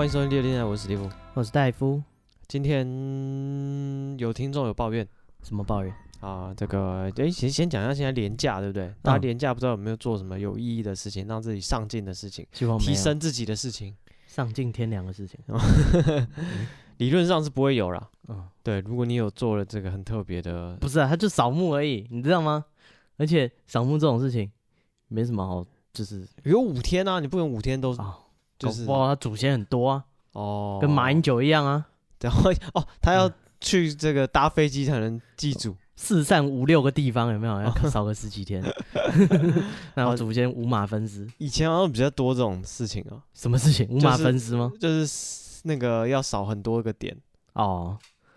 欢迎收听猎恋爱，我是史蒂夫， 我是戴夫。 今天有听众有抱怨， 什么抱怨啊？这个先讲一下现在连假对不对？大家连假不知道有没有做什么有意义的事情，让自己上进的事情， 希望提升自己的事情， 上进天良的事情。 理论上是不会有啦。对，如果你有做了这个很特别的， 不是啊，他就扫墓而已，你知道吗？而且扫墓这种事情没什么好，就是有5天啊，你不能5天都就是哇，他祖先很多啊，跟马英九一样啊。 然后他要去这个搭飞机才能祭祖。 4散5、6个地方有没有？要扫个10几天，然后祖先五马分尸。 以前好像比较多这种事情啊。 什么事情？五马分尸吗？ 就是那个要扫很多个点。 哦，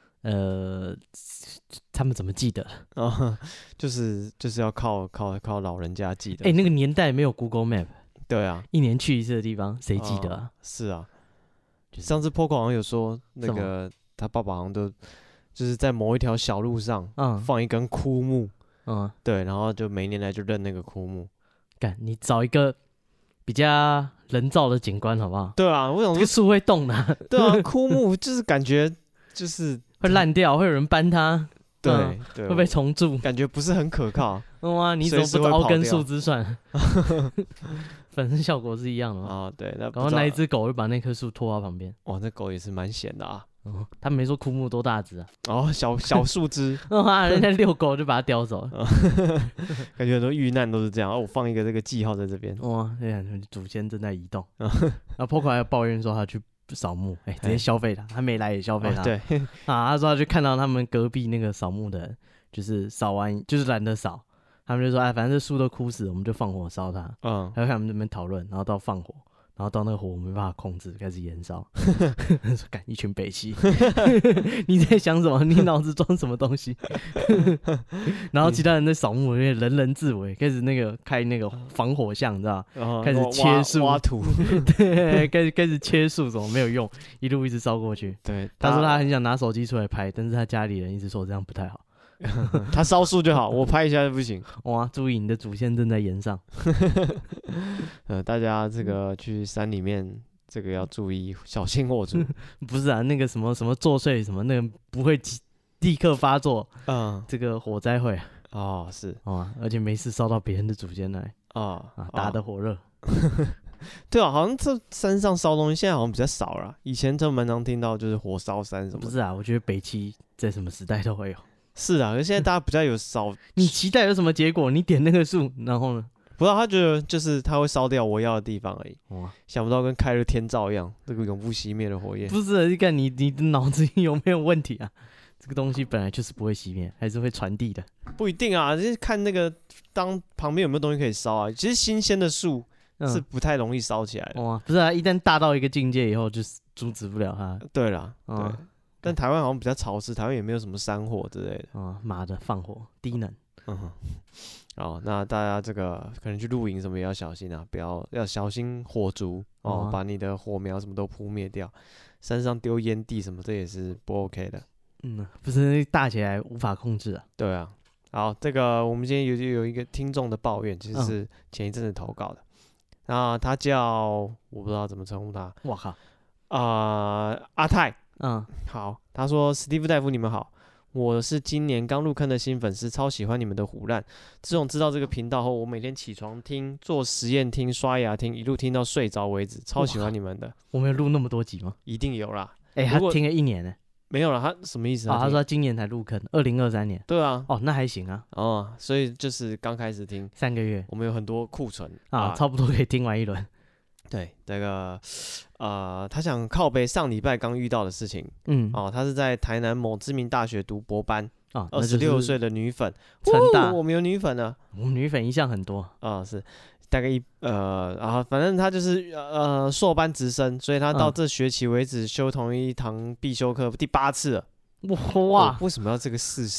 他们怎么记得？ 就是要靠老人家记得。 那个年代没有 Google Map。 对啊，1 年去1次的地方，谁记得啊？ 是啊，上次 Poco 好像有说，那个他爸爸好像都就是在某一条小路上，放一根枯木，对，然后就每年来就认那个枯木。 干，你找一个比较人造的景观好不好？ 对啊，我想说这个树会动的。 对啊，枯木就是感觉就是会烂掉，会有人搬它。 对， 会被重蛀， 感觉不是很可靠。 哇，你怎么不找根树枝算？反正效果是一样的嘛。 对， 然后那一只狗就把那棵树拖到旁边。 哇，那狗也是蛮闲的啊。 他没说枯木多大只啊。 小树枝。 人家遛狗就把它叼走了。 感觉很多遇难都是这样。我放一个这个记号在这边。 哇，祖先正在移动。然后 Poco 还抱怨说他去扫墓，直接消费他没来也消费他。 对他说他就看到他们隔壁那个扫墓的人，就是扫完就是懒得扫，他们就说反正这树都枯死，我们就放火烧它。他就看他们那边讨论，然后到放火，然后到那个火我没办法控制，开始燃烧。说干一群北七，你在想什么？你脑子装什么东西？然后其他人在扫墓，人人自危，开始开那个防火巷，你知道吗？开始切树挖土。 对，开始切树，怎么没有用？一路一直烧过去。 对， 他说他很想拿手机出来拍，但是他家里人一直说这样不太好。 他烧树就好，我拍一下就不行。 哇，注意你的祖先正在延上。 大家这个去山里面，这个要注意，小心火烛。 不是啊，那个什么作祟什么，那个不会立刻发作。这个火灾会。 是。 而且没事烧到别人的祖先来。打得火热。 对啊，好像这山上烧东西现在好像比较少了，以前真蛮常听到就是火烧山什么的。 不是啊，我觉得北七在什么时代都会有。 是啊，可是现在大家比较有少。 你期待有什么结果？你点那个树，然后呢？ 不知道，他觉得就是他会烧掉我要的地方而已。想不到跟开了天照一样，这个永不熄灭的火焰。 不是，你看你的脑子有没有问题啊？这个东西本来就是不会熄灭，还是会传递的。 不一定啊，就是看那个当旁边有没有东西可以烧啊。其实新鲜的树是不太容易烧起来的。 不是啊，一旦大到一个境界以后，就阻止不了它。 对啦，对。但台湾好像比较潮湿，台湾也没有什么山火之类的。 妈的，放火低能。 那大家这个可能去露营什么也要小心啊，要小心火烛把你的火苗什么都扑灭掉。山上丢烟蒂什么，这也是不 OK 的。 不是大起来无法控制啊。 对啊。好，这个我们今天有一个听众的抱怨，其实是前一阵子投稿的。那他叫我不知道怎么称呼他。 我靠。 阿泰。好，他说史蒂夫大夫你们好，我是今年刚入坑的新粉丝，超喜欢你们的唬烂。自从知道这个频道后，我每天起床听、做实验听、刷牙听，一路听到睡着为止，超喜欢你们的。 我们有录那么多集吗？ 一定有啦。 他听了1年呢。 没有啦，他什么意思？ 他说他今年才入坑，2023年。 对啊。 那还行啊。 所以就是刚开始听 3个月， 我们有很多库存差不多可以听完一轮。 对，这个他想靠北上礼拜刚遇到的事情。他是在台南某知名大学读博班，26岁的女粉。 成大， 我们有女粉了。 我们女粉一向很多。 是大概反正他就是硕班直升，所以他到这学期为止修同一堂必修课第8次了。哇！为什么要这个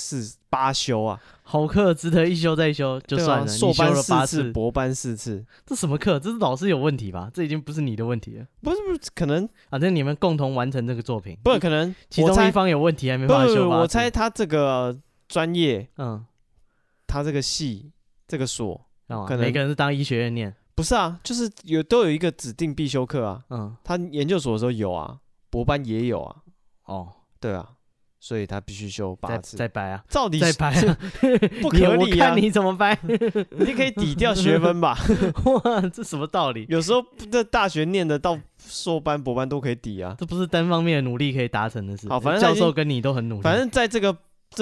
8修啊？ 好课值得一修再修就算了。 硕班4次，博班4次， 这什么课？这是老师有问题吧？这已经不是你的问题了。 不是，可能反正你们共同完成这个作品。 不可能， 其中一方有问题还没办法修。 我猜他这个专业，他这个系这个所，可能每个人是当医学院念。 不是啊，就是都有一个指定必修课啊。他研究所的时候有啊，博班也有啊。 哦， 对啊，所以他必须修8次。 再掰啊， 到底再掰啊， 不可以啊！ 我看你怎么掰， 你可以抵掉学分吧？ 哇，这什么道理？ 有时候在大学念的到硕班、博班都可以抵啊， 这不是单方面的努力可以达成的事。 好，反正教授跟你都很努力。 反正在这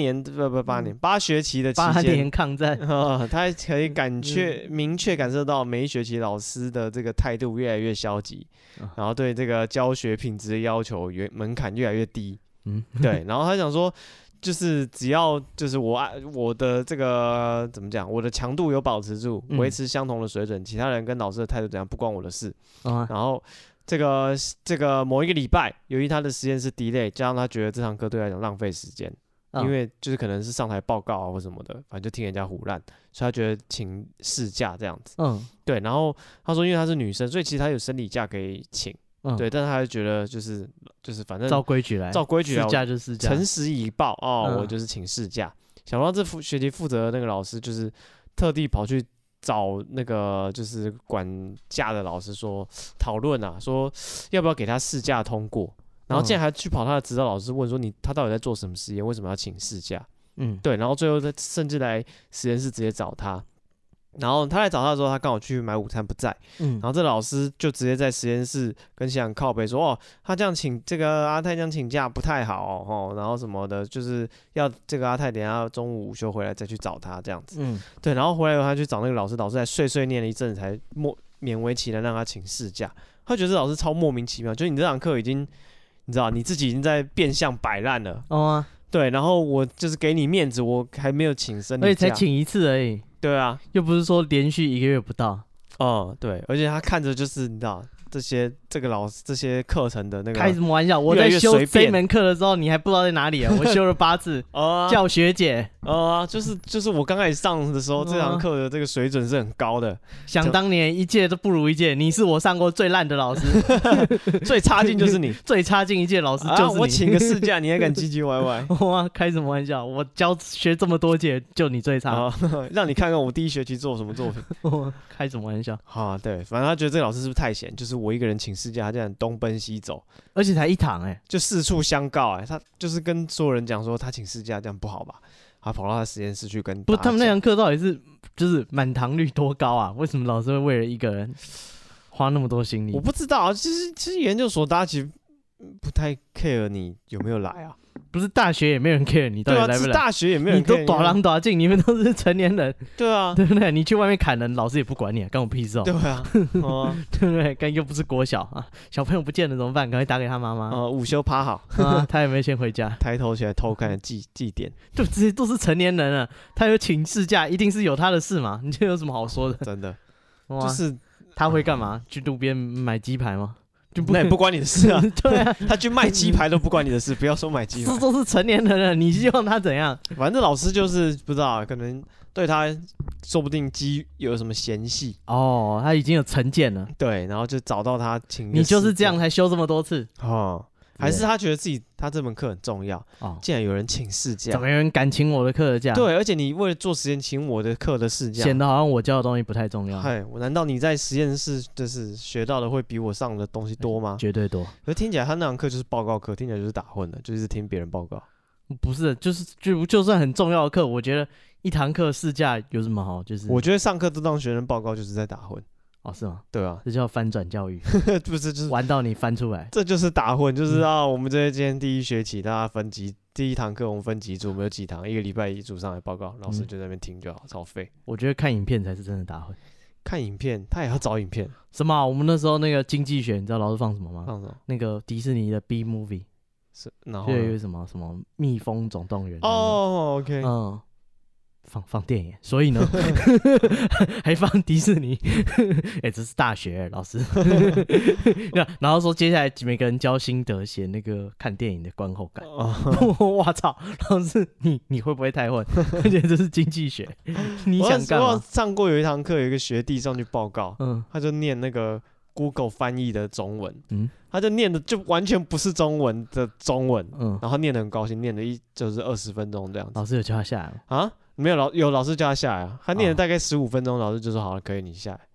8学期的期间，8 年抗战， 他可以明确感受到每一学期老师的这个态度越来越消极，然后对这个教学品质的要求门槛越来越低。对，然后他想说，就是只要就是我的这个怎么讲，我的强度有保持住，维持相同的水准，其他人跟老师的态度怎样不关我的事。然后这个某一个礼拜，由于他的实验室 delay， 加上他觉得这堂课对他来讲浪费时间。因为就是可能是上台报告啊或什么的，反正就听人家胡乱，所以他觉得请事假这样子。对。然后他说，因为她是女生，所以其实她有生理假可以请。对。但是他就觉得就是反正照规矩来，事假就事假， 诚实以报我就是请事假。想到这学期负责的那个老师，就是特地跑去找那个就是管假的老师说讨论啊，说要不要给他事假通过。然后竟然还去跑他的指导老师问说他到底在做什么实验，为什么要请事假？对。然后最后甚至来实验室直接找他，然后他来找他的时候，他刚好去买午餐不在，然后这老师就直接在实验室跟现场靠北说，他这样请这个阿泰这样请假不太好然后什么的，就是要这个阿泰等一下中午午休回来再去找他这样子。对。然后回来以后他去找那个老师，老师还碎碎念了一阵子，才勉为其难让他请事假。他觉得这老师超莫名其妙，就是你这堂课已经。你知道你自己已经在变相摆烂了。对，然后我就是给你面子，我还没有请生理假， 而且才请1次而已。 对啊， 又不是说连续1个月不到。 对，而且他看着就是你知道这个老师这些课程的那个， 开什么玩笑？我在修这门课的时候，你还不知道在哪里啊？我修了8次。叫学姐。 就是我刚开始上的时候，这堂课的这个水准是很高的。 想当年一届都不如一届，你是我上过最烂的老师， 最差劲就是你， 最差劲一届老师就是你。 我请个事假，你还敢唧唧歪歪？ 哇，开什么玩笑？我学这么多届，就你最差。 让你看看我第1学期做什么作品。 开什么玩笑？ 对，反正他觉得这个老师是不是太闲？就是我一个人请事假，他这样东奔西走， 而且才1堂就四处相告他就是跟所有人讲说他请事假这样不好吧？他跑到他实验室去跟他们那堂课到底是就是满堂率多高啊？为什么老师会为了一个人花那么多心力？ 我不知道其实研究所大家其实不太 care 你有没有来啊。 不是大学也没有人 care 你到底来不来， 大学也没有人 care 你都大人大进，你们都是成年人， 对啊， 对不对？你去外面砍人，老师也不管你，干我屁事对啊， 对不对？干又不是国小啊，小朋友不见了怎么办？赶快打给他妈妈。 午休趴好他有没有先回家？ 抬头起来偷看祭典， 对，这些都是成年人了，他有请事假，一定是有他的事嘛？你这有什么好说的？ 真的，就是他会干嘛？去路边买鸡排吗？ 那也不关你的事啊。 对啊， 他去卖鸡排都不关你的事，不要说买鸡排。 这都是成年人了，你希望他怎样？ 反正老师就是不知道，可能对他说不定有什么嫌隙他已经有成见了。 对，然后就找到他请。 你就是这样才修这么多次还是他觉得他这门课很重要竟然有人请事假， 怎么有人敢请我的课的假？ 对，而且你为了做实验请我的课的事假， 显得好像我教的东西不太重要。 难道你在实验室就是学到的会比我上的东西多吗？ 绝对多。 可是听起来他那堂课就是报告课，听起来就是打混的，就是听别人报告。 不是，就算很重要的课，我觉得一堂课事假有什么好？就是我觉得上课都让学生报告就是在打混。 是吗？ 对啊， 这叫翻转教育。 不是，就是玩到你翻出来， 这就是打混，就是我们今天第1学期大家分级，第1堂课我们分几组，我们有几堂，1个礼拜1组上来报告，老师就在那边听就好，超废。 我觉得看影片才是真的打混。 看影片，他也要找影片。 什么？我们那时候那个经济学，你知道老师放什么吗？ 放什么？ 那个迪士尼的 B movie， 然后就有什么蜜蜂总动员。 OK。 放电影，所以呢，还放迪士尼，这是大学老师。然后说接下来每个人交心得，写那个看电影的观后感。我操，老师你会不会太混？而且这是经济学，你想干嘛？ 我上过有一堂课，有一个学弟上去报告，他就念那个 Google 翻译的中文，他就念的就完全不是中文的中文，然后念得很高兴，念的就是20分钟这样子。 老师有叫他下来吗？ 没有有老师叫他下来他念了大概15分钟，老师就说好了，可以你下来。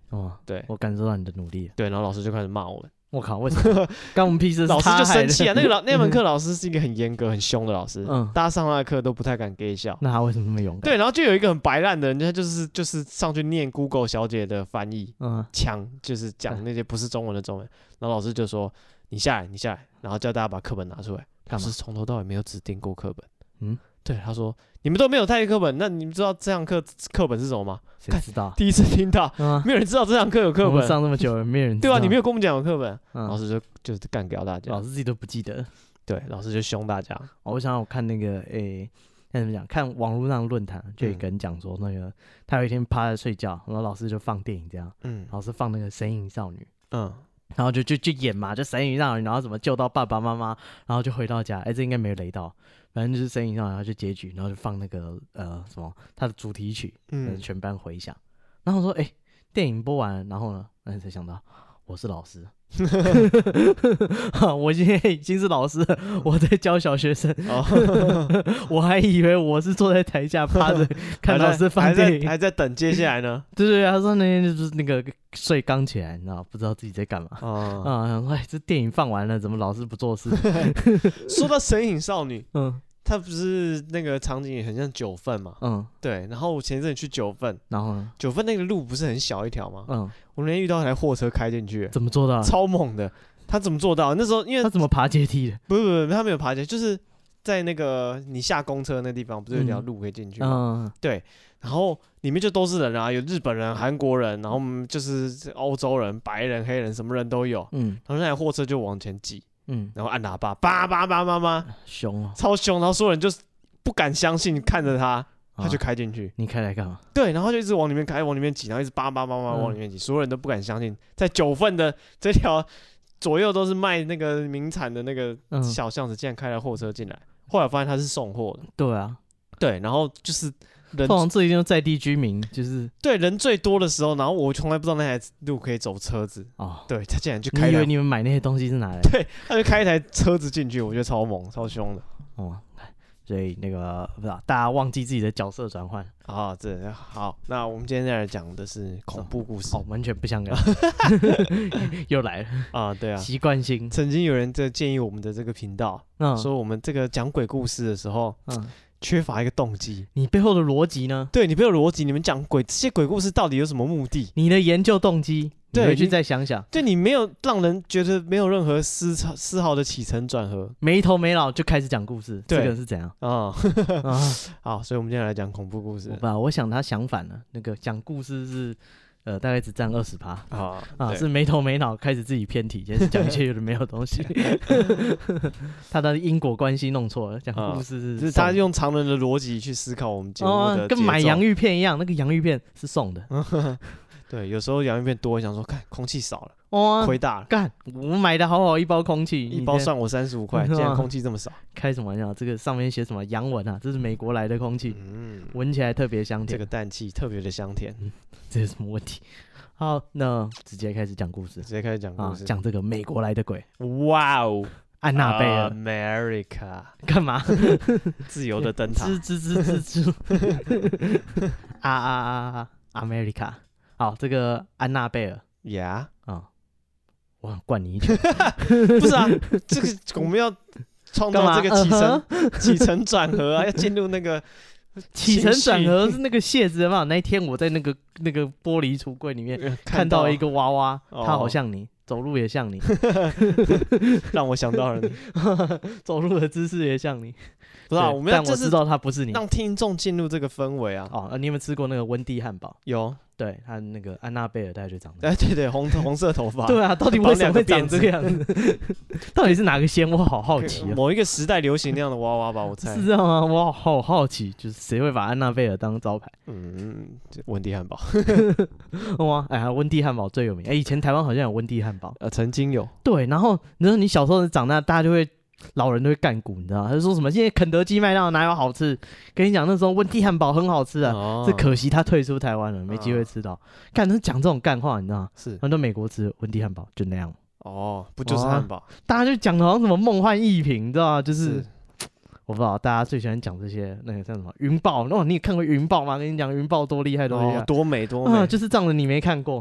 哦， 对， 我感受到你的努力。 对，然后老师就开始骂我们。 我靠，为什么？干我们屁事？ 老师就生气啊！那门课老师是一个很严格、很凶的老师，大家上他的课都不太敢给笑。 那他为什么那么勇敢？ 对，然后就有一个很白烂的人，他就是上去念 Google 小姐的翻译，就是讲那些不是中文的中文。然后老师就说：“你下来，然后叫大家把课本拿出来。”老师从头到尾没有指定过课本。对，他说：“你们都没有带课本，那你们知道这堂课本是什么吗？” 谁知道？ 第一次听到，没有人知道这堂课有课本。 我们上那么久了，没有人知道。 对啊，你没有跟我们讲有课本，老师就是干掉大家。 老师自己都不记得。 对，老师就凶大家。 我想我看那个该怎么讲？看网络上论坛就有一个人讲说，那个他有一天趴在睡觉，然后老师就放电影这样，老师放那个《神隐少女》，然后就演嘛，就《神隐少女》，然后怎么救到爸爸妈妈，然后就回到家，这应该没有雷到。反正就是《神隐少女》，然后就结局，然后就放那个什么他的主题曲，全班回响。然后我说，电影播完了，然后呢，才想到我是老师，我现在已经是老师了，我在教小学生，我还以为我是坐在台下趴着看老师放电影， 还在等接下来呢。 对，他说那天就是那个睡刚起来，你知道不知道自己在干嘛想说这电影放完了，怎么老师不做事？ 说到《神隐少女》，它不是那个场景也很像九份嘛？对。然后我前一阵去九份，然后呢，九份那个路不是很小一条吗？我那天遇到一台货车开进去， 怎么做到？ 超猛的！他怎么做到？那时候因为他怎么爬阶梯的？ 不，他没有爬阶梯，就是在那个你下公车那地方，不是有条路可以进去吗？对。然后里面就都是人啊，有日本人、韩国人，然后就是欧洲人、白人、黑人，什么人都有。然后那台货车就往前挤。然后按喇叭，叭， 凶哦， 超凶，然后所有人就是不敢相信，看着他就开进去。 你开来干嘛？ 对，然后就一直往里面开，往里面挤，然后一直叭往里面挤，所有人都不敢相信，在九份的这条左右都是卖那个名产的那个小巷子，竟然开了货车进来。后来发现他是送货的。 对啊， 对，然后就是通常这一定在地居民，就是对人最多的时候，然后我从来不知道那台路可以走车子对他竟然就开， 你以为你们买那些东西是哪来的？ 对，他就开一台车子进去，我觉得超猛超凶的所以那个不知道大家忘记自己的角色转换这好，那我们今天再来讲的是恐怖故事完全不相干又来了对啊， 习惯性。 曾经有人在建议我们的这个频道说我们这个讲鬼故事的时候缺乏一个动机， 你背后的逻辑呢？ 对，你背后的逻辑，你们讲这些鬼故事到底有什么目的？ 你的研究动机，对，回去再想想。 对，你没有让人觉得没有任何丝毫的起承转合， 没头没脑就开始讲故事，这个是怎样好，所以我们今天来讲恐怖故事。 我想他想反了，那个讲故事是。大概只占20%是没头没脑开始自己偏题，先讲一些有的没有东西。他的因果关系弄错了，讲故事是他用常人的逻辑去思考我们节目的跟买洋芋片一样，那个洋芋片是送的。 对，有时候洋芋片多，想说看空气少了，亏大了。 干，我买的好一包空气， 一包算我35块，竟然空气这么少， 开什么玩笑？这个上面写什么洋文啊？这是美国来的空气，闻起来特别香甜， 这个氮气特别的香甜。 这有什么问题？好，那直接开始讲故事。讲这个美国来的鬼。 哇哦， 安娜贝尔 ，America， 干嘛？ 自由的灯塔。 吱America。好，这个安娜贝尔。 呀我想灌你一拳。 不是啊，这个我们要创造这个起承转合要进入那个。 起承转合是那个谢子嘛？那一天我在那个玻璃橱柜里面看到一个娃娃，他好像你，走路也像你， 让我想到了你， 走路的姿势也像你。不是啊， 但我知道他不是你， 让听众进入这个氛围啊。 你有没有吃过那个温蒂汉堡？ 有。 对，他那个安娜贝尔大概就长这样。 对，红色头发。 对啊，到底为什么会长这个样子？到底是哪个仙？我好好奇。 某一个时代流行那样的娃娃吧，我猜。 是这样吗？我好好奇，就是谁会把安娜贝尔当招牌？ 温蒂汉堡。 哇，温蒂汉堡最有名。以前台湾好像有温蒂汉堡。 曾经有。 对，然后你说你小时候长大，大家就会。老人都会干股，你知道吗？他就说什么现在肯德基、麦当劳哪有好吃？跟你讲，那时候温蒂汉堡很好吃啊，这可惜他退出台湾了，没机会吃到。看他讲这种干话，你知道吗？ 是， 很多美国吃温蒂汉堡就那样。 不就是汉堡？ 大家就讲的好像什么梦幻逸品，你知道吗？就是我不知道大家最喜欢讲这些那个像什么云豹，你有看过云豹吗？跟你讲云豹多厉害，多厉害， 多美多美， 就是这样的，你没看过。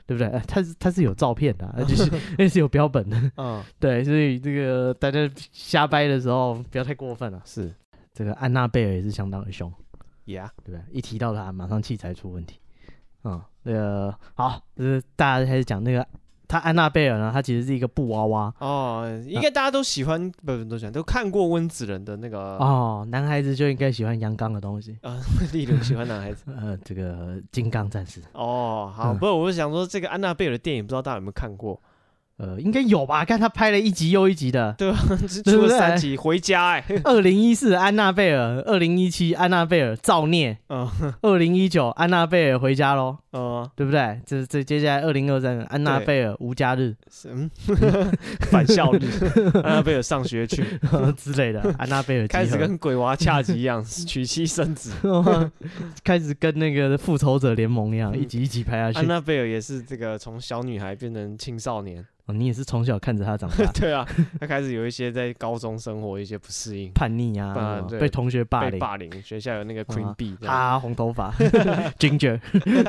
对不对？他是有照片的，就是那是有标本的。对，所以这个大家瞎掰的时候不要太过分了。 是， 这个安娜贝尔也是相当的凶。 Yeah， 对不对？一提到他，马上器材出问题。那个好，就是大家开始讲那个。他安娜贝尔呢？他其实是一个布娃娃应该大家都喜欢，不都喜欢，都看过温子仁的那个男孩子就应该喜欢阳刚的东西例如喜欢男孩子这个金刚战士好，不是，我是想说这个安娜贝尔的电影，不知道大家有没有看过？ 应该有吧？看他拍了一集又一集的， 对吧？出了3集，回家 2014安娜贝尔，2017安娜贝尔造孽，2019安娜贝尔回家咯，对不对？这接下来2023安娜贝尔无家日， 返校日，安娜贝尔上学去之类的，安娜贝尔开始跟鬼娃恰吉一样娶妻生子， 开始跟那个复仇者联盟一样，一集一集拍下去。 安娜贝尔也是这个从小女孩变成青少年。 你也是从小看着他长大。 对啊，他开始有一些在高中生活一些不适应、 叛逆被同学霸凌，学校有那个 Queen Bee 红头发，Ginger，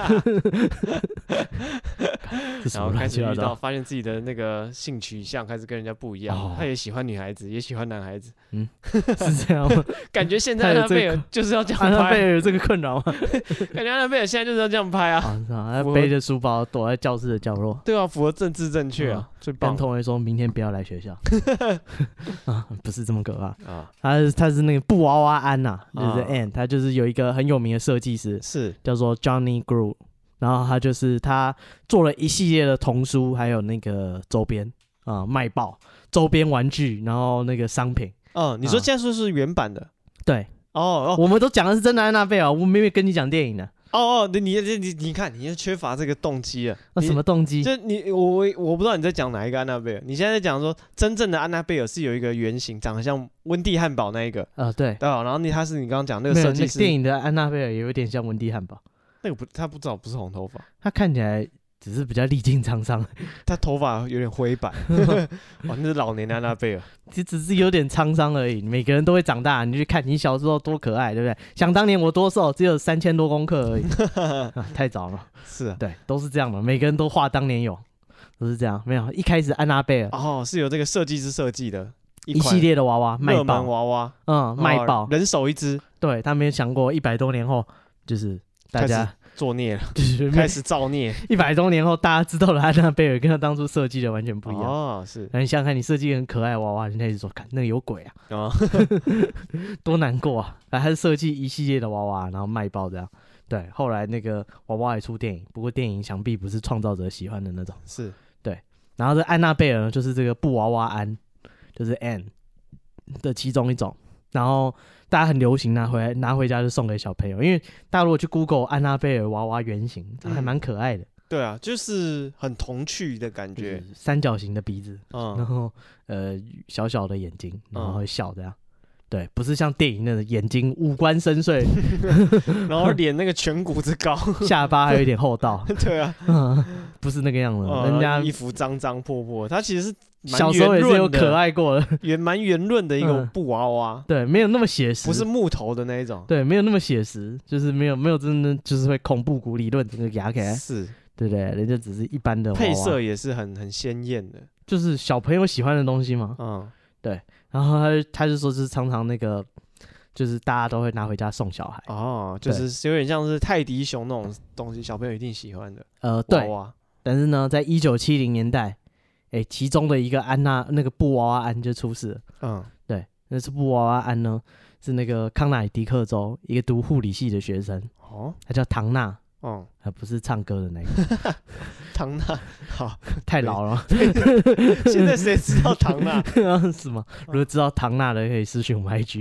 然后开始遇到，发现自己的那个性取向开始跟人家不一样，他也喜欢女孩子，也喜欢男孩子， 是这样吗？ 感觉现在安娜贝尔就是要这样拍， 安娜贝尔有这个困扰吗？ 感觉安娜贝尔现在就是要这样拍啊， 他背着书包躲在教室的角落， 对啊，符合政治正确啊。最棒， 跟同学说明天不要来学校不是这么可怕他是那个布娃娃安呐，就是 Anne， 他就是有一个很有名的设计师， 是叫做 Johnny Grew， 然后他做了一系列的童书，还有那个周边卖爆周边玩具，然后那个商品。 你说现在说是原版的？ 对，我们都讲的是真的安娜贝尔，我没有跟你讲电影的。 你看，你缺乏这个动机了。 什么动机？ 就我不知道你在讲哪一个安娜贝尔。你现在在讲说，真正的安娜贝尔是有一个原型，长得像温蒂汉堡那一个。 对。 然后他是你刚刚讲那个设计师。 电影的安娜贝尔也有点像温蒂汉堡。 那个他不知道不是红头发， 他看起来只是比较历尽沧桑， 他头发有点灰白，那是老年的安娜贝尔， 只是有点沧桑而已。每个人都会长大，你去看你小时候多可爱，对不对？想当年我多瘦，只有3000多公克而已，太早了。 是对，都是这样的，每个人都画当年有，都是这样。没有一开始安娜贝尔是由这个设计师设计的一系列的娃娃，卖爆娃娃， 卖爆， 人手一只。 对，他没有想过100多年后，就是大家作孽了，开始造孽。 100多年后，大家知道了安娜贝尔跟他当初设计的完全不一样。 是。 那你想想看，你设计很可爱的娃娃，人家一直说，看那个有鬼啊，多难过啊！他是设计一系列的娃娃，然后卖爆这样。对，后来那个娃娃也出电影，不过电影想必不是创造者喜欢的那种。 是。 对。然后这安娜贝尔呢，就是这个布娃娃安，就是 Anne 的其中一种。然后大家很流行拿回家就送给小朋友，因为大家如果去 Google 安娜贝尔娃娃原型，还蛮可爱的。 对啊，就是很童趣的感觉， 三角形的鼻子，然后小小的眼睛，然后会笑这样。对，不是像电影那个眼睛五官深邃， 然后脸那个颧骨子高， 下巴还有一点厚道。 对啊， 不是那个样子，人家衣服脏脏破破，他其实是小时候也是有可爱过的， 蛮圆润的一个布娃娃。 对，没有那么写实， 不是木头的那一种。 对，没有那么写实，就是没有真的就是会恐怖谷理论整个压起来。 是， 对不对？人家只是一般的娃娃， 配色也是很鲜艳的， 就是小朋友喜欢的东西嘛。对。然后他就说，就是常常那个，就是大家都会拿回家送小孩。 就是有点像是泰迪熊那种东西，小朋友一定喜欢的。 对。但是呢，在1970年代，其中的一个安娜那个布娃娃安就出事了。对，那是布娃娃安呢，是那个康乃狄克州一个读护理系的学生。他叫唐娜。不是唱歌的那个唐娜，好， 太老了。 现在谁知道唐娜？ 是吗？如果知道唐娜的，可以私讯我们 IG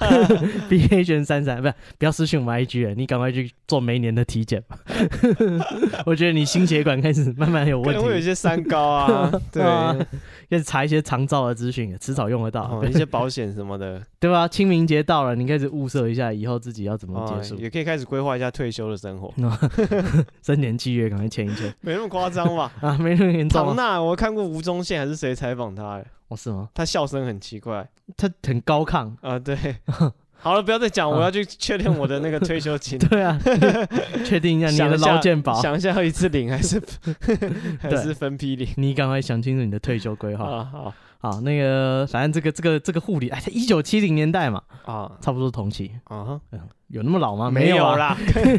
BA 选33，不要私讯我们 IG 了，你赶快去做每年的体检吧。我觉得你心血管开始慢慢有问题，可能会有一些三高啊，对， 开始查一些长照的资讯，迟早用得到， 一些保险什么的， 对吧？清明节到了，你开始物色一下以后自己要怎么结束， 也可以开始规划一下退休的生活。 3年契约，赶快签一签。 没那么夸张吧？ 没那么严重。 唐娜，我看过吴宗宪还是谁采访他？ 是吗？ 他笑声很奇怪， 他很高亢对。 好了，不要再讲，我要去确认我的那个退休金。 对啊，确定一下你的劳健保， 想一下要一次领还是分批领？ 你赶快想清楚你的退休规划。好，那个反正这个护理，哎，1970年代嘛，差不多同期有那么老吗？ 没有啦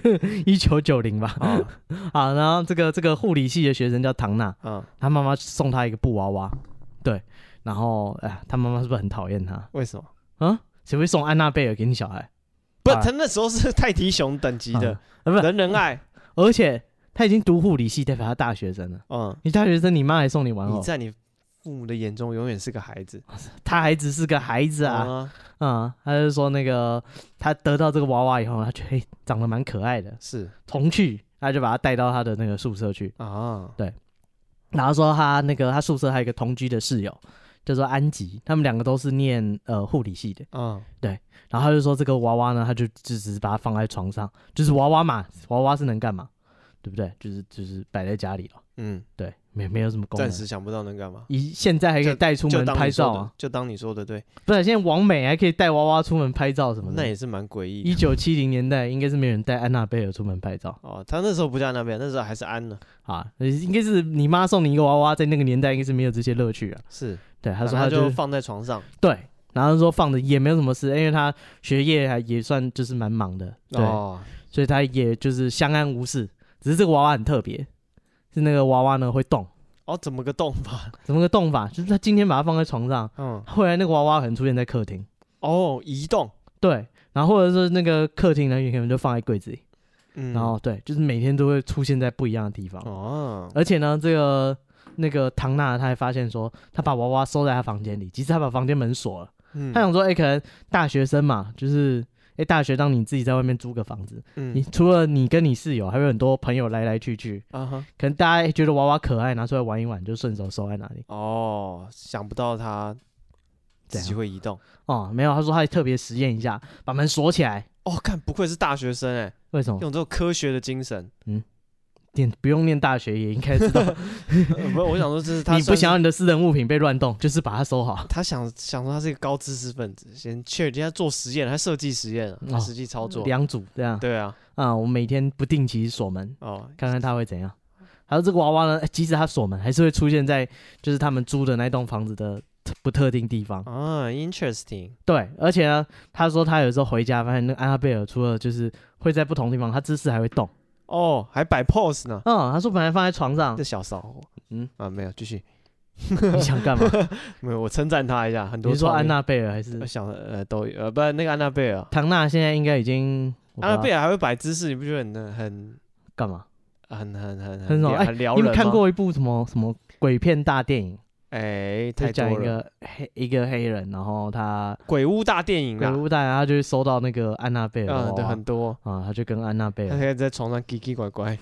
，1990吧。好，然后这个护理系的学生叫唐娜，他妈妈送他一个布娃娃，对，然后他妈妈是不是很讨厌他？ 为什么？ 谁会送安娜贝尔给你小孩？ 不，他那时候是泰迪熊等级的，人人爱， 而且他已经读护理系，代表他大学生了。你大学生，你妈还送你玩偶？ 你在你父母的眼中永远是个孩子， 他还只是个孩子啊。他就说那个他得到这个娃娃以后，他觉得长得蛮可爱的， 是童趣，他就把他带到他的那个宿舍去对，然后说他宿舍还有一个同居的室友叫做安吉，他们两个都是念护理系的。对，然后他就说这个娃娃呢，他就只是把它放在床上，就是娃娃嘛，娃娃是能干嘛？对不对？就是摆在家里了。对，没有什么功能。 暂时想不到能干嘛。 现在还可以带出门拍照啊？ 就当你说的对。 不是，现在网美还可以带娃娃出门拍照什么的。 那也是蛮诡异。 1970年代应该是没有人带安娜贝尔出门拍照。 他那时候不叫安娜贝尔，那时候还是安呢。 应该是你妈送你一个娃娃，在那个年代应该是没有这些乐趣啊。 是。 对，他说他就放在床上。 对，然后说放着也没有什么事，因为他学业也算就是蛮忙的。对。所以他也就是相安无事。只是这个娃娃很特别，是那个娃娃呢会动。 怎么个动法？ 就是他今天把它放在床上，后来那个娃娃可能出现在客厅。 移动。对， 然后或者是那个客厅呢，可能就放在柜子里。然后对，就是每天都会出现在不一样的地方。而且呢，那个唐娜她还发现说，她把娃娃收在她房间里，其实她把房间门锁了。她想说，可能大学生嘛，就是大学当你自己在外面租个房子，你除了你跟你室友，还有很多朋友来来去去，可能大家觉得娃娃可爱，拿出来玩一玩，就顺手收在那里。 想不到他自己会移动。 没有，他说他还特别实验一下，把门锁起来。 看不愧是大学生为什么？ 用这种科学的精神。 不用念大学也应该知道。 不是，我想说这是他。 你不想要你的私人物品被乱动，就是把它收好。 他想说他是一个高知识分子，先确定他做实验，他设计实验，他实际操作。 2组这样。 对啊。 我每天不定期锁门，看看他会怎样。还有这个娃娃呢，即使他锁门，还是会出现在就是他们租的那栋房子的不特定地方。 interesting。 对，而且呢，他说他有时候回家发现那个安娜贝尔除了就是会在不同地方，他姿势还会动。 还摆 pose 呢。 他说本来放在床上。 这小骚货。没有，继续。 你想干嘛？ 没有，我称赞他一下，很多。 你说安娜贝尔还是？ 想都有，不然那个安娜贝尔。 唐娜现在应该已经。 安娜贝尔还会摆姿势，你不觉得很干嘛？ 很撩人吗？你们看过一部什么鬼片大电影？ 太讲一个黑人，然后他鬼屋大电影， 他就会收到那个安娜贝尔。 对，很多他就跟安娜贝尔， 他可以在床上奇奇怪怪。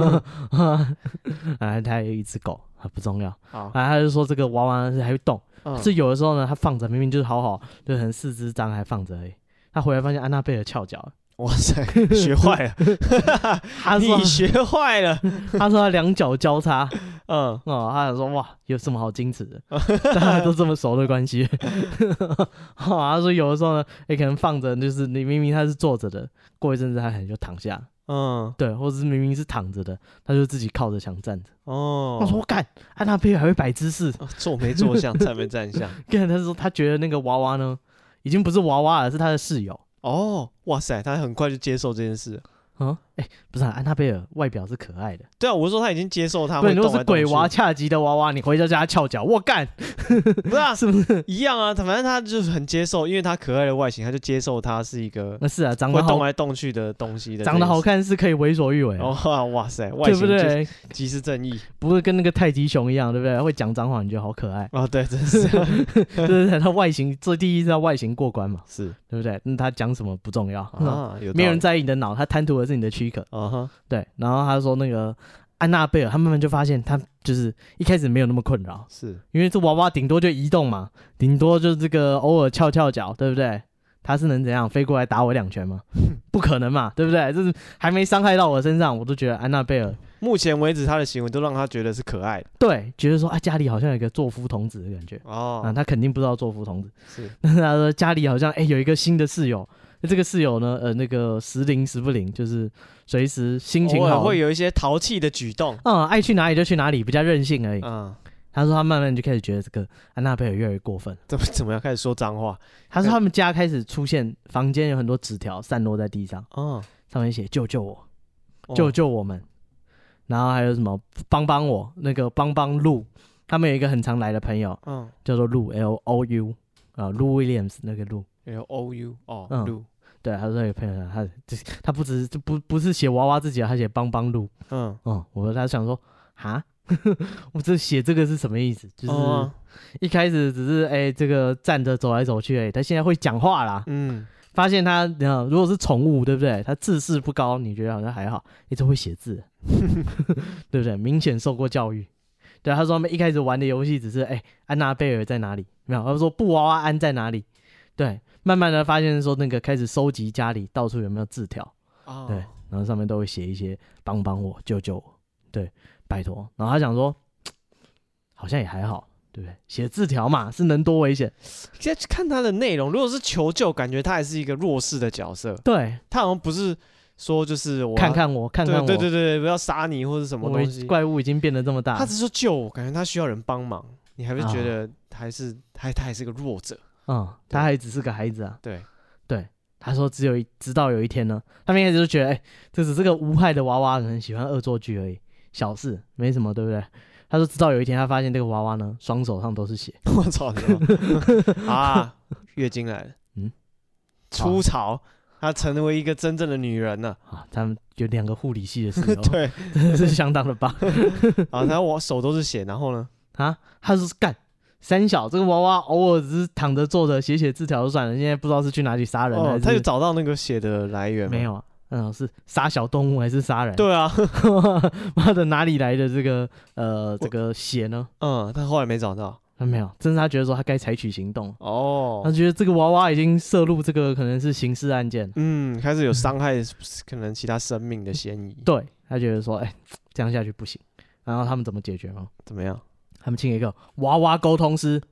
他有一只狗，不重要。他就说这个娃娃还会动，是有的时候呢，他放着明明就是好，就可能4肢张还放着而已。他回来发现安娜贝尔翘脚了。 哇塞，学坏了！你学坏了。 他说他2脚交叉。他想说哇，有什么好矜持的？大家都这么熟的关系。他说有的时候呢，可能放着，就是你明明他是坐着的，过一阵子他可能就躺下。对，或者是明明是躺着的，他就自己靠着墙站着。我说我干，安娜贝尔还会摆姿势， 坐没坐相，站没站相。 他说他觉得那个娃娃呢，已经不是娃娃了，是他的室友。 哇塞，他很快就接受这件事。 不是安娜贝尔外表是可爱的。 对啊，我是说他已经接受他会动来动去。 如果是鬼娃恰吉的娃娃，你回家叫他翘脚，我干。 不是啊，是不是一样啊？反正他就是很接受，因为他可爱的外形，他就接受他是一个长得会动来动去的东西的。 长得好看是可以为所欲为。 哇塞，外形对即是正义， 不会跟那个泰迪熊一样，对不对？会讲脏话，你觉得好可爱。 对，真是。 对，他外形这第一是他外形过关嘛， 是对不对？那他讲什么不重要没有人在意你的脑，他贪图的是你的躯壳。对，然后他说那个安娜贝尔，他慢慢就发现他就是一开始没有那么困扰， 是因为这娃娃顶多就移动嘛，顶多就这个偶尔翘脚，对不对？他是能怎样飞过来打我2拳吗？不可能嘛，对不对？就是还没伤害到我身上，我都觉得安娜贝尔目前为止他的行为都让他觉得是可爱的。 对，觉得说家里好像有一个作夫童子的感觉。他肯定不知道作夫童子是，但是他说家里好像有一个新的室友。 这个室友呢，那个时灵时不灵，就是随时心情好会有一些淘气的举动， 爱去哪里就去哪里，比较任性而已。他说他慢慢就开始觉得这个安娜贝尔越来越过分， 怎么样开始说脏话？ 他说他们家开始出现房间有很多纸条散落在地上，上面写救救我，救救我们，然后还有什么帮帮我，那个帮帮路，他们有一个很常来的朋友，叫做路 L-O-U，路 Williams 那个路 L-O-U 路，对， 他说有朋友他不是写娃娃自己，他写帮帮路，他想说哈。我这写这个是什么意思？就是一开始只是这个站着走来走去而已，他现在会讲话啦。发现他如果是宠物，对不对？他自视不高，你觉得好像还好，这会写字，对不对？明显受过教育。对，他说他们一开始玩的游戏只是安娜贝尔在哪里？没有，他说布娃娃安在哪里？对，慢慢的发现说那个开始收集家里到处有没有字条，对，然后上面都会写一些帮帮我，救救我，对。拜托，然后他想说，好像也还好，对不对？写字条嘛，是能多危险？ 现在看他的内容，如果是求救，感觉他还是一个弱势的角色。 对， 他好像不是说就是我看看我， 对，不要杀你或者什么东西。 怪物已经变得这么大， 他只是说救我，感觉他需要人帮忙，你还会觉得他还是个弱者。 他还只是个孩子啊。 对。 他说直到有一天呢，他们一开始就觉得，这只是个无害的娃娃，很喜欢恶作剧而已。小事没什么，对不对？他说直到有一天，他发现这个娃娃呢，双手上都是血。 我操！月经来了，初潮，她成为一个真正的女人了。 他们有2个护理系的室友， 对， 真的是相当的棒。 然后我手都是血，然后呢？ 他说干三小这个娃娃偶尔只是躺着坐着写字条就算了，现在不知道是去哪里杀人了。 他就找到那个血的来源没有啊？是杀小动物还是杀人？ 对啊， 妈的，哪里来的这个血呢？ 他后来没找到， 没有，正是他觉得说他该采取行动。他觉得这个娃娃已经涉入这个可能是刑事案件， 开始有伤害可能其他生命的嫌疑。 对，他觉得说，这样下去不行。然后他们怎么解决吗？ 怎么样？ 他们请了一个娃娃沟通师。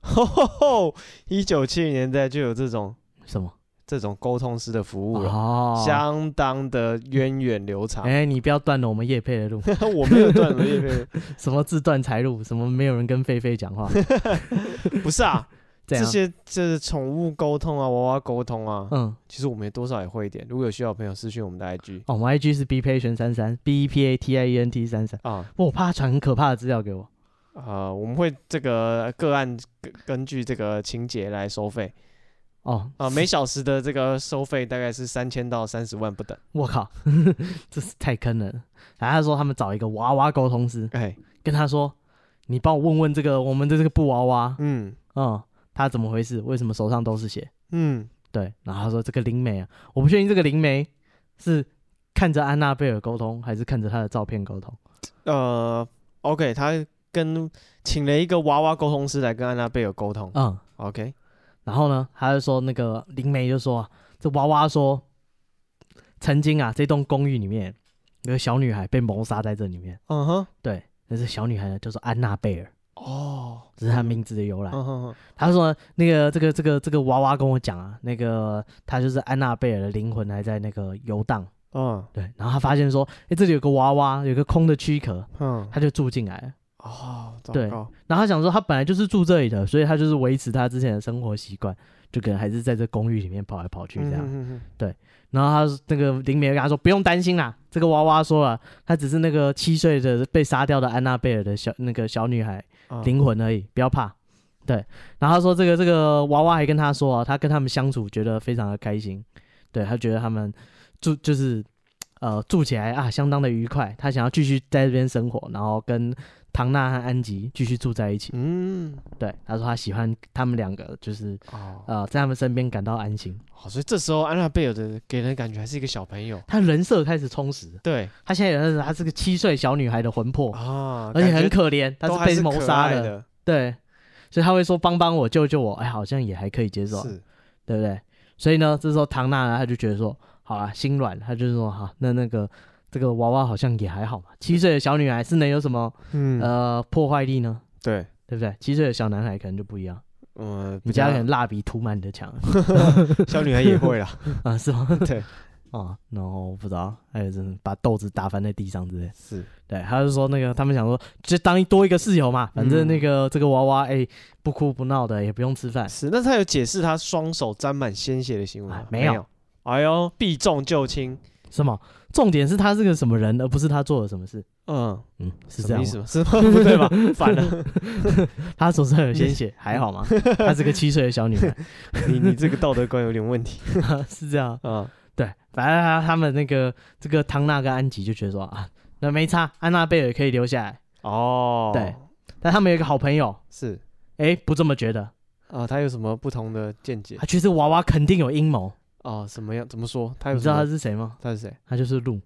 1970年代就有这种什么？ 这种沟通师的服务了，相当的源远流长。 你不要断了我们业配的路。 我没有断了业配。 什么自断财路？什么没有人跟狒狒讲话？ 不是啊，这些就是宠物沟通啊，娃娃沟通啊。其实我们多少也会一点。如果有需要的朋友私讯我们的 IG， 我们 IG 是 bpatient33 BEPATIENT33。我怕他传很可怕的资料给我。 我们会这个个案根据这个情节来收费。每小时的这个收费大概是3000到30万不等。我靠，这是太坑了。然后他说他们找一个娃娃沟通师，跟他说，你帮我问问我们的这个布娃娃，他怎么回事？为什么手上都是血？对。然后他说这个灵媒啊，我不确定这个灵媒是看着安娜贝尔沟通，还是看着他的照片沟通。OK， 他请了一个娃娃沟通师来跟安娜贝尔沟通。OK。然后呢，他就说那个灵媒就说，这娃娃说，曾经这栋公寓里面有个小女孩被谋杀在这里面。对，那这小女孩呢叫做安娜贝尔。这是她名字的由来。他说那个这个娃娃跟我讲啊，那个她就是安娜贝尔的灵魂还在那个游荡。对，然后他发现说，这里有个娃娃，有个空的躯壳，他就住进来了。对，然后他想说他本来就是住这里的，所以他就是维持他之前的生活习惯，就可能还是在这公寓里面跑来跑去这样。对，然后他那个灵媒跟他说不用担心啦，这个娃娃说了，他只是那个7岁的被杀掉的安娜贝尔的小女孩灵魂而已，不要怕。对，然后他说这个娃娃还跟他说他跟他们相处觉得非常的开心，对，他觉得他们就是住起来相当的愉快，他想要继续在这边生活，然后跟唐娜和安吉继续住在一起。对，他说他喜欢他们2个，就是在他们身边感到安心。所以这时候安娜贝尔的给人感觉还是一个小朋友，他人设开始充实。对，他现在他是个7岁小女孩的魂魄而且很可怜，他是被谋杀的。对，所以他会说帮帮我，救救我，好像也还可以接受，对不对？所以呢，这时候唐娜他就觉得说，好啦，心软，他就说好，那个。这个娃娃好像也还好嘛，7岁的小女孩是能有什么破坏力呢？对不对？7岁的小男孩可能就不一样。 你家可能蜡笔涂满你的墙。 小女孩也会啦。 啊，是吗？ 对。 然后不知道，还有真的把豆子打翻在地上之类。 是， 对，他就说那个他们想说，就当多一个室友嘛，反正那个这个娃娃，不哭不闹的，也不用吃饭。 是，那他有解释他双手沾满鲜血的行为吗？ 没有。 哎呦，避重就轻。 什么？重点是他是个什么人，而不是他做了什么事。是这样吗？ 什么意思吗？是吗？不对吧？反了。 他手上有鲜血，还好吗？她是个7岁的小女孩。 你这个道德观有点问题。 是这样。对，反正他们那个这个唐娜跟安吉就觉得说那没差，安娜贝尔可以留下来。对，但他们有一个好朋友是， 不这么觉得。 他有什么不同的见解？ 他觉得这娃娃肯定有阴谋。 什么样？怎么说？ 你知道他是谁吗？ 他是谁？ 他就是鹿。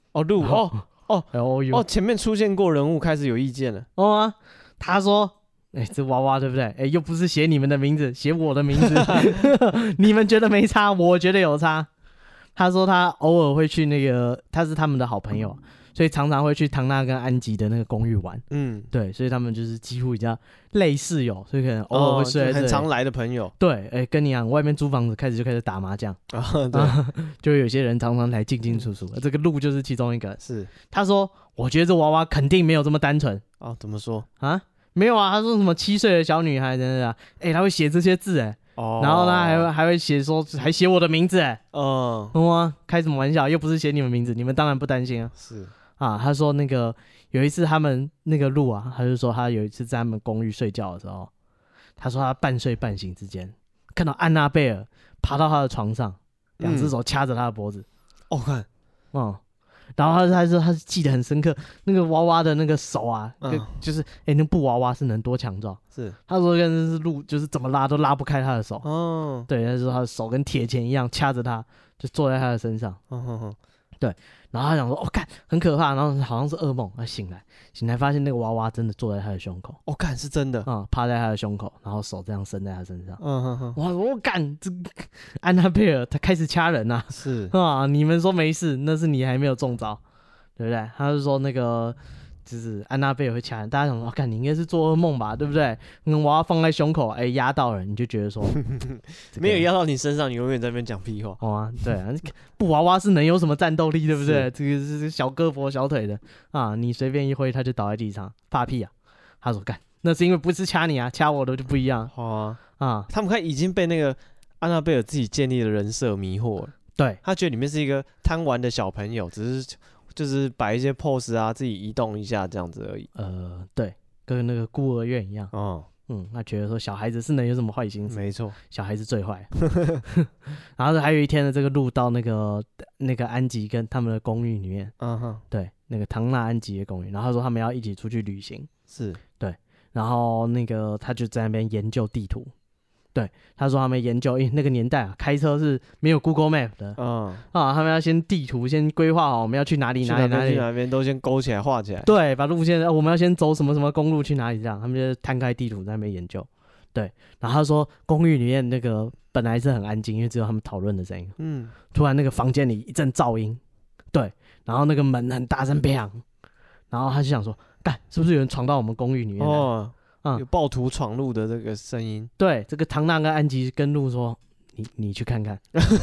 鹿。前面出现过人物，开始有意见了。 他说。这娃娃对不对？又不是写你们的名字，写我的名字。你们觉得没差，我觉得有差。他说他偶尔会去那个，他是他们的好朋友，所以常常会去唐娜跟安吉的那个公寓玩。对，所以他们就是几乎比较类室友，所以可能偶尔会睡在这里。 很常来的朋友。 对，跟你讲，外面租房子开始打麻将。对，就有些人常常来进进出出。这个鹿就是其中一个。 是， 他说，我觉得这娃娃肯定没有这么单纯。 怎么说啊？没有啊，他说什么7岁的小女孩，真的他会写这些字然后呢还会写说还写我的名字开什么玩笑？又不是写你们名字，你们当然不担心啊。 是他说那个有一次他们那个鹿他就说他有一次在他们公寓睡觉的时候，他说他半睡半醒之间看到安娜贝尔爬到他的床上，2只手掐着他的脖子。 看。 然后他说他是记得很深刻，那个娃娃的那个手就是那布娃娃是能多强壮？是，他说跟是鹿，就是怎么拉都拉不开他的手。对，他说他的手跟铁钳一样掐着他，就坐在他的身上。对，然后他想说干很可怕，然后好像是噩梦，他醒来发现那个娃娃真的坐在他的胸口。 干是真的趴在他的胸口，然后手这样伸在他身上。我干这安娜贝尔他开始掐人啊。 是你们说没事，那是你还没有中招，对不对？他就说那个就是安娜贝尔会掐人，大家想说干你应该是做噩梦吧，对不对？娃娃放在胸口压到了，你就觉得说没有压到你身上，你永远在那边讲屁话。 对啊，布娃娃是能有什么战斗力，对不对？这个是小胳膊小腿的你随便一挥他就倒在地上，怕屁啊。他说干那是因为不是掐你掐我的就不一样。 他们看已经被那个安娜贝尔自己建立的人设迷惑了。 对， 他觉得里面是一个贪玩的小朋友，只是就是摆一些 pose 自己移动一下这样子而已。 对，跟那个孤儿院一样。他觉得说小孩子是能有什么坏心思？ 没错， 小孩子最坏。然后还有一天的这个路到那个安吉跟他们的公寓里面。对，那个唐娜安吉的公寓。然后他说他们要一起出去旅行。 是， 对。然后那个他就在那边研究地图。对，他说他们研究，那个年代开车是没有 Google Map 的。他们要先地图先规划好，我们要去哪里，去哪边都先勾起来画起来。 对，把路线，我们要先走什么什么公路去哪里这样，他们就摊开地图在那边研究。对，然后他说公寓里面那个本来是很安静，因为只有他们讨论的声音。突然那个房间里一阵噪音。对，然后那个门很大声砰，然后他就想说，干是不是有人闯到我们公寓里面来？有暴徒闯入的这个声音。对，这个唐娜跟安吉跟鹿说：“你去看看。”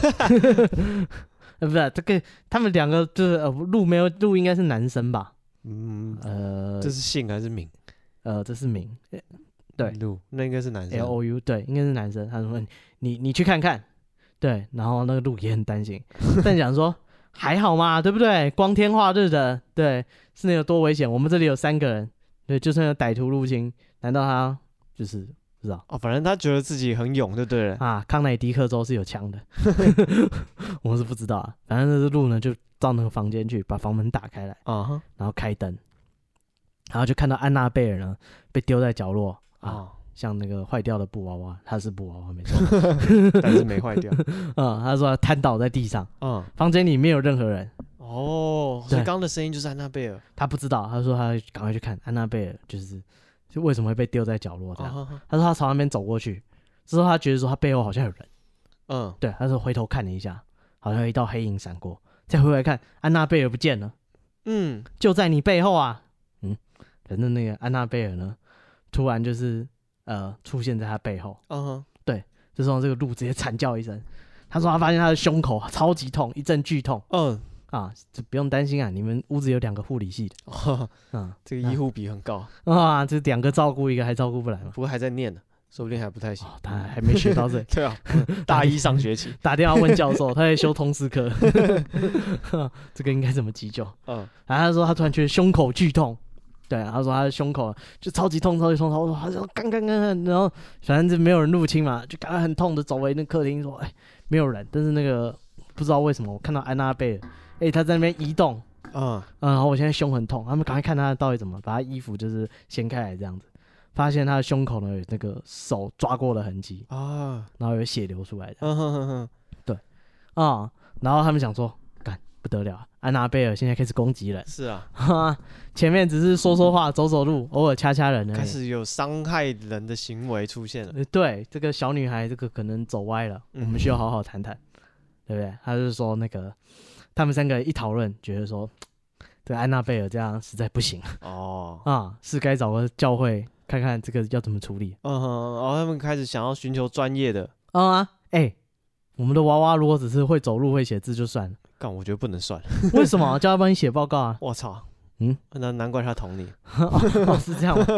不是这个，他们两个就是鹿没有鹿应该是男生吧？ 这是姓还是名？ 这是名。对， 鹿那应该是男生。 LOU 对，应该是男生。他说：“你去看看。”对，然后那个鹿也很担心，但想说还好嘛，对不对？光天化日的，对，是那有多危险？我们这里有3个人，对，就算有歹徒入侵。难道他就是不知道反正他觉得自己很勇，就对了康乃狄克州是有枪的，我是不知道反正这路呢就到那个房间去，把房门打开来然后开灯，然后就看到安娜贝尔呢被丢在角落像那个坏掉的布娃娃，他是布娃娃没错， 但是没坏掉他说他瘫倒在地上房间里没有任何人所以刚刚的声音就是安娜贝尔， 他不知道，他说他赶快去看安娜贝尔就为什么会被丢在角落这样他说他朝那边走过去之后，他觉得说他背后好像有人对，他说回头看了一下，好像有一道黑影闪过，再回来看安娜贝尔不见了就在你背后反正那个安娜贝尔呢突然就是出现在他背后。对，这时候这个鹿直接惨叫一声，他说他发现他的胸口超级痛，一阵剧痛。这不用担心啊，你们屋子有2个护理系的。 这个医护比很高啊，这2个照顾一个还照顾不来吗？ 不过还在念呢，说不定还不太行。 他还没学到这。 对啊，大一上学期打电话问教授，他在修通识课，这个应该怎么急救？然后他说他突然觉得胸口剧痛。对，他说他的胸口就超级痛，超级痛。他说干，然后反正就没有人入侵嘛，就赶快很痛的走回那客厅说，没有人。但是那个不知道为什么，我看到安娜贝尔，他在那边移动，然后我现在胸很痛，他们赶快看他到底怎么，把他衣服就是掀开来这样子，发现他的胸口呢有那个手抓过的痕迹然后有血流出来的。对，然后他们想说，不得了，安娜贝尔现在开始攻击人。 是啊， 前面只是说话、走路，偶尔掐人而已， 开始有伤害人的行为出现了。 对，这个小女孩这个可能走歪了，我们需要好好谈谈，对不对？他就是说那个他们3个一讨论，觉得说这个安娜贝尔这样实在不行是该找个教会看看这个要怎么处理。 然后他们开始想要寻求专业的。 我们的娃娃如果只是会走路、会写字就算了。 我觉得不能算。 为什么？叫他帮你写报告啊！ 我操，难怪他捅你。 是这样吗？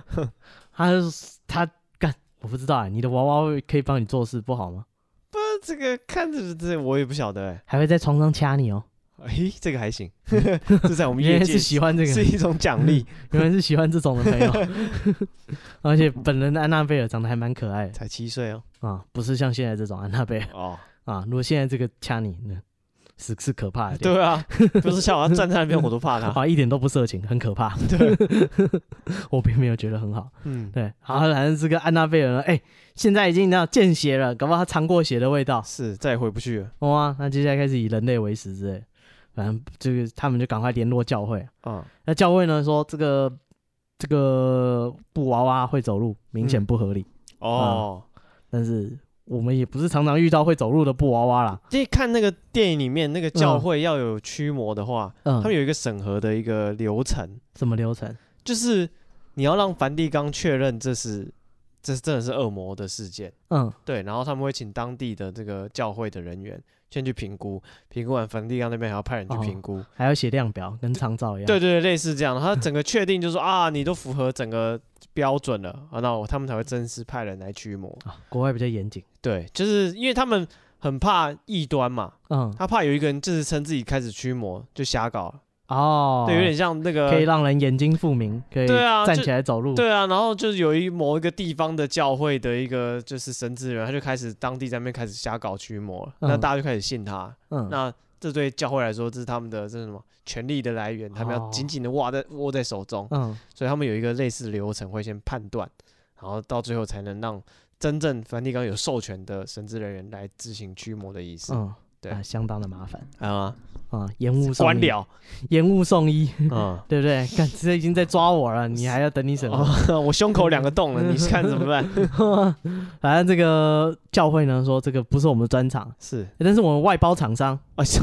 他我不知道你的娃娃可以帮你做事，不好吗？ 不，这个看着这我也不晓得还会在床上掐你哦。 这个还行，这在我们业界是喜欢这个， 是一种奖励。 原来是喜欢这种的朋友，而且本人的安娜贝尔长得还蛮可爱的， 才7岁不是像现在这种安娜贝尔如果现在这个掐你呢？是可怕的。 对啊，不是像我站在那边我都怕他一点都不色情，很可怕。对，我并没有觉得很好。对，好，反正这个安娜贝尔呢，现在已经见血了，搞不好他尝过血的味道， 是再也回不去了。 那接下来开始以人类为食之类，反正这个他们就赶快联络教会。那教会呢说这个布娃娃会走路，明显不合理。但是我们也不是常常遇到会走路的布娃娃啦。 看那个电影里面，那个教会要有驱魔的话，他们有一个审核的一个流程。 什么流程？ 就是你要让梵蒂冈确认这真的是恶魔的事件。对，然后他们会请当地的这个教会的人员先去评估完梵蒂冈那边还要派人去评估， 还要写量表，跟长照一样。 对，类似这样。他整个确定就是说你都符合整个标准了那他们才会正式派人来驱魔。 国外比较严谨。 对，就是因为他们很怕异端嘛。他怕有一个人就是称自己开始驱魔就瞎搞了。对，有点像那个可以让人眼睛复明，可以站起来走路。 对啊，然后就是有某一个地方的教会的一个就是神职人，他就开始当地在那边开始瞎搞驱魔了，那大家就开始信他。那这对教会来说，这是他们的这是什么权力的来源，他们要紧紧的握在手中。所以他们有一个类似的流程，会先判断，然后到最后才能让真正梵蒂冈有授权的神职人员来执行驱魔的仪式。对， 相当的麻烦延误送医， 延误送医，对不对？看，这已经在抓我了，你还要等你什么？ 我胸口2个洞了，你看怎么办？ 反正这个教会呢说，这个不是我们的专长，但是我们外包厂商